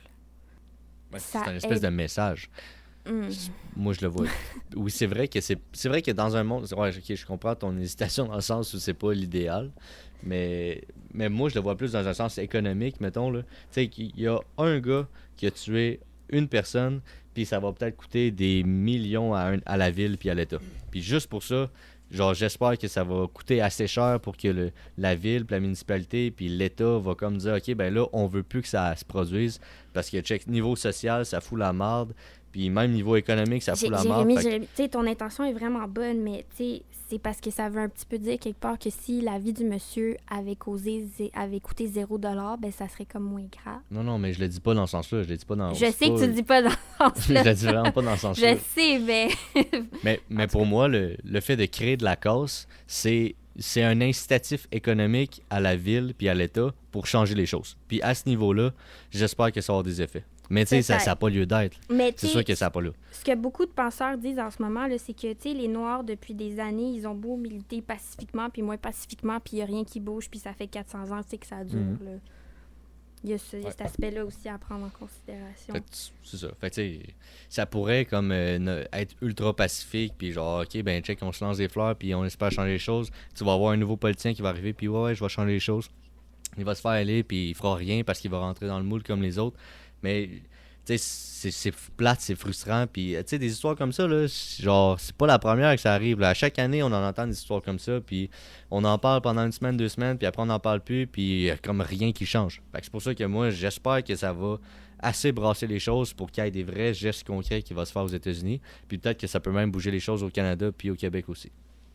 ben, ça c'est une espèce aide. de message. Mm. Moi, je le vois. Oui, c'est vrai que c'est, c'est vrai que dans un monde... Ouais, ok, je comprends ton hésitation dans le sens où c'est pas l'idéal, mais, mais moi, je le vois plus dans un sens économique, mettons. Tu sais, il y a un gars qui a tué une personne, puis ça va peut-être coûter des millions à, un, à la ville puis à l'État. Puis juste pour ça, genre, j'espère que ça va coûter assez cher pour que le, la ville, puis la municipalité, puis l'État va comme dire, OK, ben là, on veut plus que ça se produise, parce que, check, niveau social, ça fout la merde. Puis même niveau économique, ça fout la merde. Jérémy, Jérémy, tu sais, ton intention est vraiment bonne, mais tu sais, c'est parce que ça veut un petit peu dire quelque part que si la vie du monsieur avait causé, avait coûté zéro dollar, ben ça serait comme moins grave. Non, non, mais je le dis pas dans ce sens-là. Je le dis pas dans. Je sais pas... que tu le dis pas dans ce sens-là. Je le dis vraiment pas dans ce sens-là. Je sais, mais. mais mais pour moi, le, le fait de créer de la casse, c'est c'est un incitatif économique à la ville puis à l'État pour changer les choses. Puis à ce niveau-là, j'espère que ça va avoir des effets. Mais tu sais, ça n'a pas lieu d'être. Mais c'est sûr que ça n'a pas lieu. Ce que beaucoup de penseurs disent en ce moment, là, c'est que les Noirs, depuis des années, ils ont beau militer pacifiquement, puis moins pacifiquement, puis il n'y a rien qui bouge, puis ça fait quatre cents ans que ça dure. Mm-hmm. Là. Il y a, ce, ouais. cet aspect-là aussi à prendre en considération. Fait, c'est ça. Fait que, ça pourrait comme euh, être ultra pacifique, puis genre, OK, ben check, on se lance des fleurs, puis on espère changer les choses. Tu vas avoir un nouveau politicien qui va arriver, puis ouais, ouais, je vais changer les choses. Il va se faire aller, puis il fera rien parce qu'il va rentrer dans le moule comme les autres. Mais, tu sais, c'est, c'est plate, c'est frustrant. Puis, tu sais, des histoires comme ça, là, genre, c'est pas la première que ça arrive. Là. À chaque année, on en entend des histoires comme ça. Puis, on en parle pendant une semaine, deux semaines. Puis après, on n'en parle plus. Puis, il y a comme rien qui change. Fait que c'est pour ça que moi, j'espère que ça va assez brasser les choses pour qu'il y ait des vrais gestes concrets qui vont se faire aux États-Unis. Puis, peut-être que ça peut même bouger les choses au Canada puis au Québec aussi.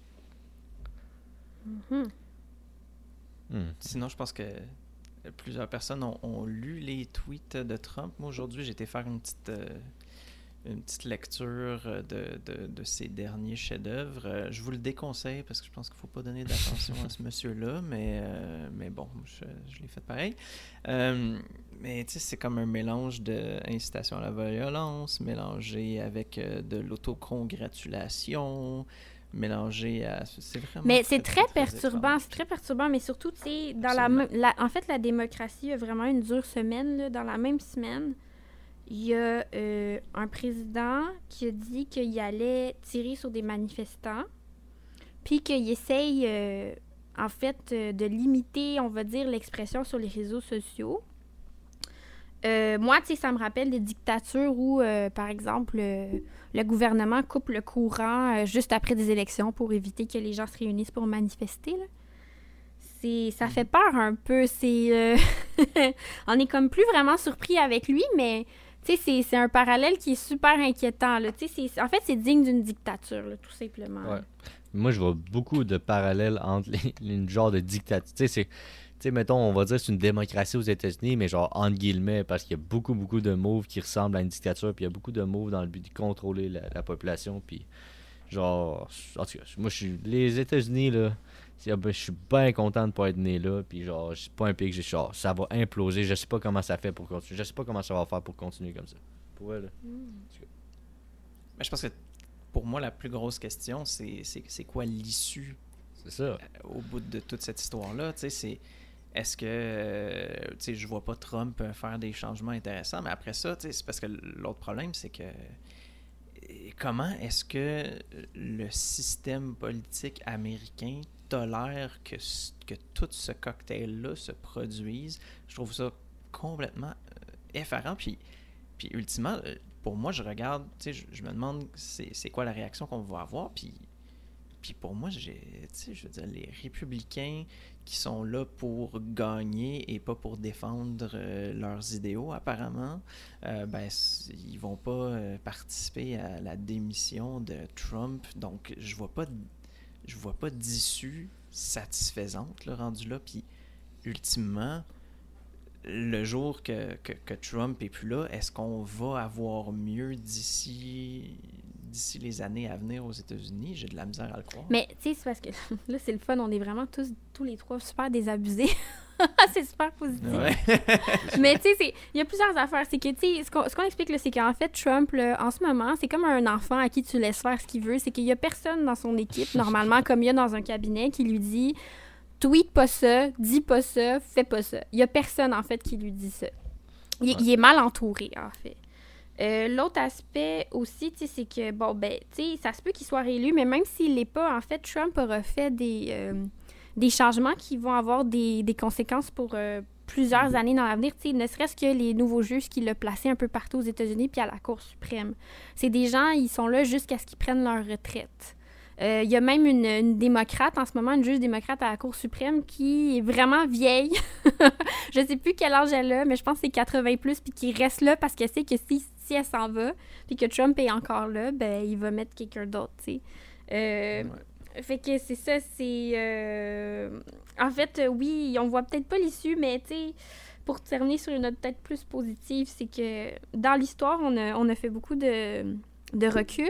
Mm-hmm. Hmm. Sinon, je pense que plusieurs personnes ont, ont lu les tweets de Trump. Moi, aujourd'hui, j'ai été faire une petite, euh, une petite lecture de, de, de ses derniers chefs-d'œuvre. Euh, je vous le déconseille parce que je pense qu'il ne faut pas donner d'attention à ce monsieur-là, mais, euh, mais bon, je, je l'ai fait pareil. Euh, mais tu sais, c'est comme un mélange d'incitation à la violence, mélangé avec euh, de l'autocongratulation, mélangé à... C'est vraiment Mais c'est très, très, très perturbant, étrange. c'est très perturbant, mais surtout, tu sais, dans la, Absolument. même- la... En fait, la démocratie a vraiment une dure semaine, là. Dans la même semaine, il y a euh, un président qui a dit qu'il allait tirer sur des manifestants, puis qu'il essaye, euh, en fait, euh, de limiter, on va dire, l'expression sur les réseaux sociaux. Euh, moi, tu sais, ça me rappelle des dictatures où, euh, par exemple, euh, le gouvernement coupe le courant euh, juste après des élections pour éviter que les gens se réunissent pour manifester, là. C'est, ça fait peur un peu. C'est, euh, on est comme plus vraiment surpris avec lui, mais tu sais, c'est, c'est un parallèle qui est super inquiétant, là. Tu sais, c'est, en fait, c'est digne d'une dictature, là, tout simplement. Ouais. Moi, je vois beaucoup de parallèles entre les, une genre de dictature. Tu sais, c'est. Tu sais, mettons, on va dire que c'est une démocratie aux États-Unis, mais genre entre guillemets, parce qu'il y a beaucoup, beaucoup de moves qui ressemblent à une dictature, puis il y a beaucoup de moves dans le but de contrôler la, la population, puis genre, en tout cas, moi, je suis, les États-Unis, là, c'est- ben, je suis bien content de ne pas être né là, puis genre, c'est pas un pays que j'ai, genre, ça va imploser, je sais pas comment ça fait pour continuer, je sais pas comment ça va faire pour continuer comme ça. Pour elle, là. Mais je pense que pour moi, la plus grosse question, c'est, c'est, c'est quoi l'issue C'est ça. euh, au bout de toute cette histoire-là? Tu sais, c'est... Est-ce que, euh, tu sais, je vois pas Trump euh, faire des changements intéressants, mais après ça, tu sais, c'est parce que l'autre problème, c'est que euh, comment est-ce que le système politique américain tolère que, c- que tout ce cocktail-là se produise? Je trouve ça complètement euh, effarant, puis, puis ultimement, euh, pour moi, je regarde, tu sais, je, je me demande c'est, c'est quoi la réaction qu'on va avoir, puis puis pour moi, j'ai, tu sais, je veux dire, les républicains qui sont là pour gagner et pas pour défendre euh, leurs idéaux, apparemment, euh, ben, c- ils vont pas euh, participer à la démission de Trump. Donc, je vois pas, d- je vois pas d'issue satisfaisante, là, rendu là. Puis, ultimement, le jour que, que, que Trump est plus là, est-ce qu'on va avoir mieux d'ici d'ici les années à venir aux États-Unis? J'ai de la misère à le croire. Mais, tu sais, c'est parce que là, c'est le fun. On est vraiment tous, tous les trois super désabusés. C'est super positif. Ouais. Mais, tu sais, c'est- il y a plusieurs affaires. C'est que, tu sais, ce qu'on, ce qu'on explique, là, c'est qu'en fait, Trump, là, en ce moment, c'est comme un enfant à qui tu laisses faire ce qu'il veut. C'est qu'il y a personne dans son équipe, normalement, comme il y a dans un cabinet, qui lui dit « tweet pas ça, dis pas ça, fais pas ça ». Il y a personne, en fait, qui lui dit ça. Il, Ouais. il est mal entouré, en fait. Euh, l'autre aspect aussi, tu sais, c'est que, bon, ben, tu sais, ça se peut qu'il soit réélu, mais même s'il l'est pas, en fait, Trump aura fait des, euh, des changements qui vont avoir des, des conséquences pour euh, plusieurs années dans l'avenir, tu sais, ne serait-ce que les nouveaux juges qu'il a placés un peu partout aux États-Unis puis à la Cour suprême. C'est des gens, ils sont là jusqu'à ce qu'ils prennent leur retraite. Euh, Il y a même une, une démocrate, en ce moment, une juge démocrate à la Cour suprême qui est vraiment vieille. Je sais plus quel âge elle a, mais je pense que c'est quatre-vingts plus, puis qui reste là parce qu'elle sait que si, si elle s'en va, puis que Trump est encore là, ben il va mettre quelqu'un d'autre, tu sais. Euh, Ouais. Fait que c'est ça, c'est... euh, En fait, euh, oui, on voit peut-être pas l'issue, mais tu sais, pour terminer sur une note peut-être plus positive, c'est que dans l'histoire, on a, on a fait beaucoup de, de recul.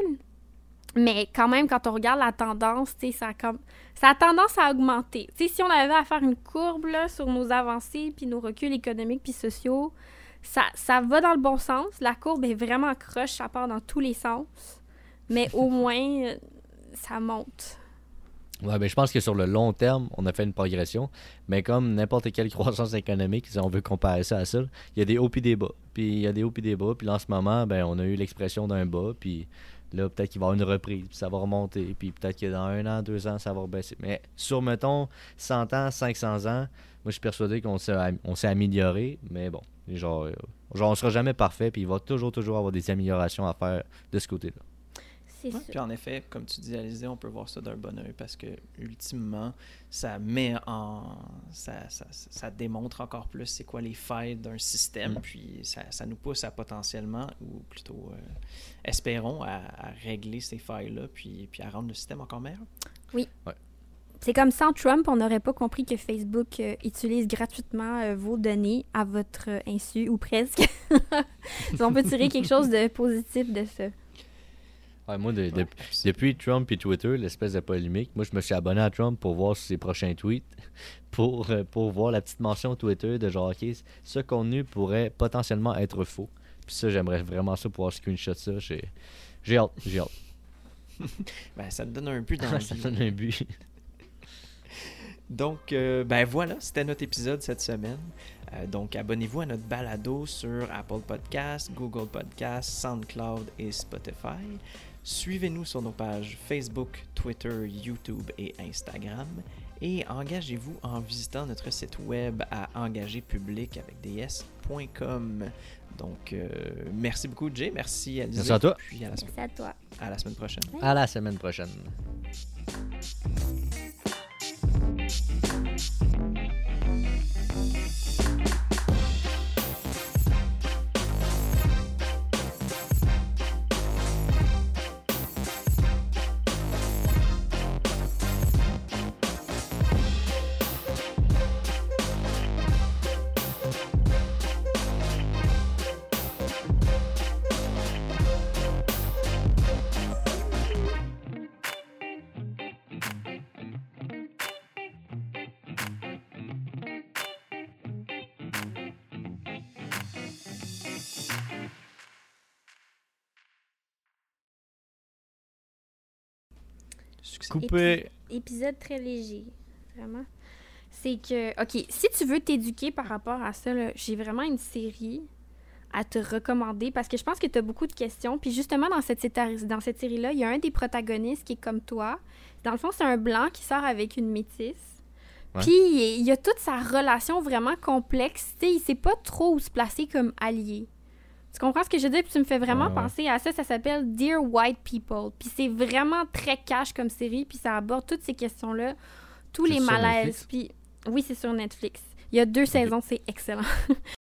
Mais quand même, quand on regarde la tendance, tu sais, ça, a comme... ça a tendance à augmenter. Tu sais, si on avait à faire une courbe là, sur nos avancées, puis nos reculs économiques puis sociaux, ça, ça va dans le bon sens. La courbe est vraiment croche, ça part dans tous les sens. Mais au moins, euh, ça monte. Ouais, ben, je pense que sur le long terme, on a fait une progression. Mais comme n'importe quelle croissance économique, si on veut comparer ça à ça, il y a des hauts puis des bas. Puis il y a des hauts puis des bas. Puis là, en ce moment, ben, on a eu l'expression d'un bas. Puis là, peut-être qu'il va y avoir une reprise. Puis ça va remonter. Puis peut-être que dans un an, deux ans, ça va baisser. Mais sur, mettons, cent ans, cinq cents ans, moi, je suis persuadé qu'on s'est, am- on s'est amélioré. Mais bon, genre, euh, genre, on sera jamais parfait. Puis il va toujours, toujours avoir des améliorations à faire de ce côté-là. C'est Ouais, ça. puis en effet, comme tu dis, Alizé, on peut voir ça d'un bon œil parce que ultimement, ça met en. Ça, ça, ça démontre encore plus c'est quoi les failles d'un système, puis ça, ça nous pousse à potentiellement, ou plutôt euh, espérons, à, à régler ces failles-là, puis, puis à rendre le système encore meilleur. C'est comme sans Trump, on n'aurait pas compris que Facebook euh, utilise gratuitement euh, vos données à votre euh, insu, ou presque. Si on peut tirer quelque chose de positif de ça. Ouais, moi, de- de- Ouais. depuis Trump et Twitter, l'espèce de polémique, moi, je me suis abonné à Trump pour voir ses prochains tweets, pour, euh, pour voir la petite mention Twitter de genre, OK, ce contenu pourrait potentiellement être faux. Puis ça, j'aimerais vraiment ça pouvoir screenshot ça. J'ai, j'ai hâte, j'ai hâte. Ben, ça te donne un but dans Ça donne un but. Donc, euh, ben voilà, c'était notre épisode cette semaine. Euh, donc, abonnez-vous à notre balado sur Apple Podcasts, Google Podcasts, SoundCloud et Spotify. Suivez-nous sur nos pages Facebook, Twitter, YouTube et Instagram. Et engagez-vous en visitant notre site web à engagerpublic avec des s point com. Donc, euh, merci beaucoup, Jay. Merci, Alizé. Merci à toi. Puis à la, Merci à toi. à la semaine prochaine. À la semaine prochaine. Succès. Coupé. Épisode très léger, vraiment. C'est que, OK, si tu veux t'éduquer par rapport à ça, là, j'ai vraiment une série à te recommander parce que je pense que tu as beaucoup de questions. Puis justement, dans cette, séta- dans cette série-là, il y a un des protagonistes qui est comme toi. Dans le fond, c'est un blanc qui sort avec une métisse. Ouais. Puis il il y a toute sa relation vraiment complexe. Tu sais, il sait pas trop où se placer comme allié. Tu comprends ce que je veux dire? Puis tu me fais vraiment Ouais, ouais. penser à ça. Ça s'appelle Dear White People. Puis c'est vraiment très cash comme série. Puis ça aborde toutes ces questions-là. Tous C'est les sur malaises. Netflix? Puis oui, c'est sur Netflix. Il y a deux saisons, c'est excellent.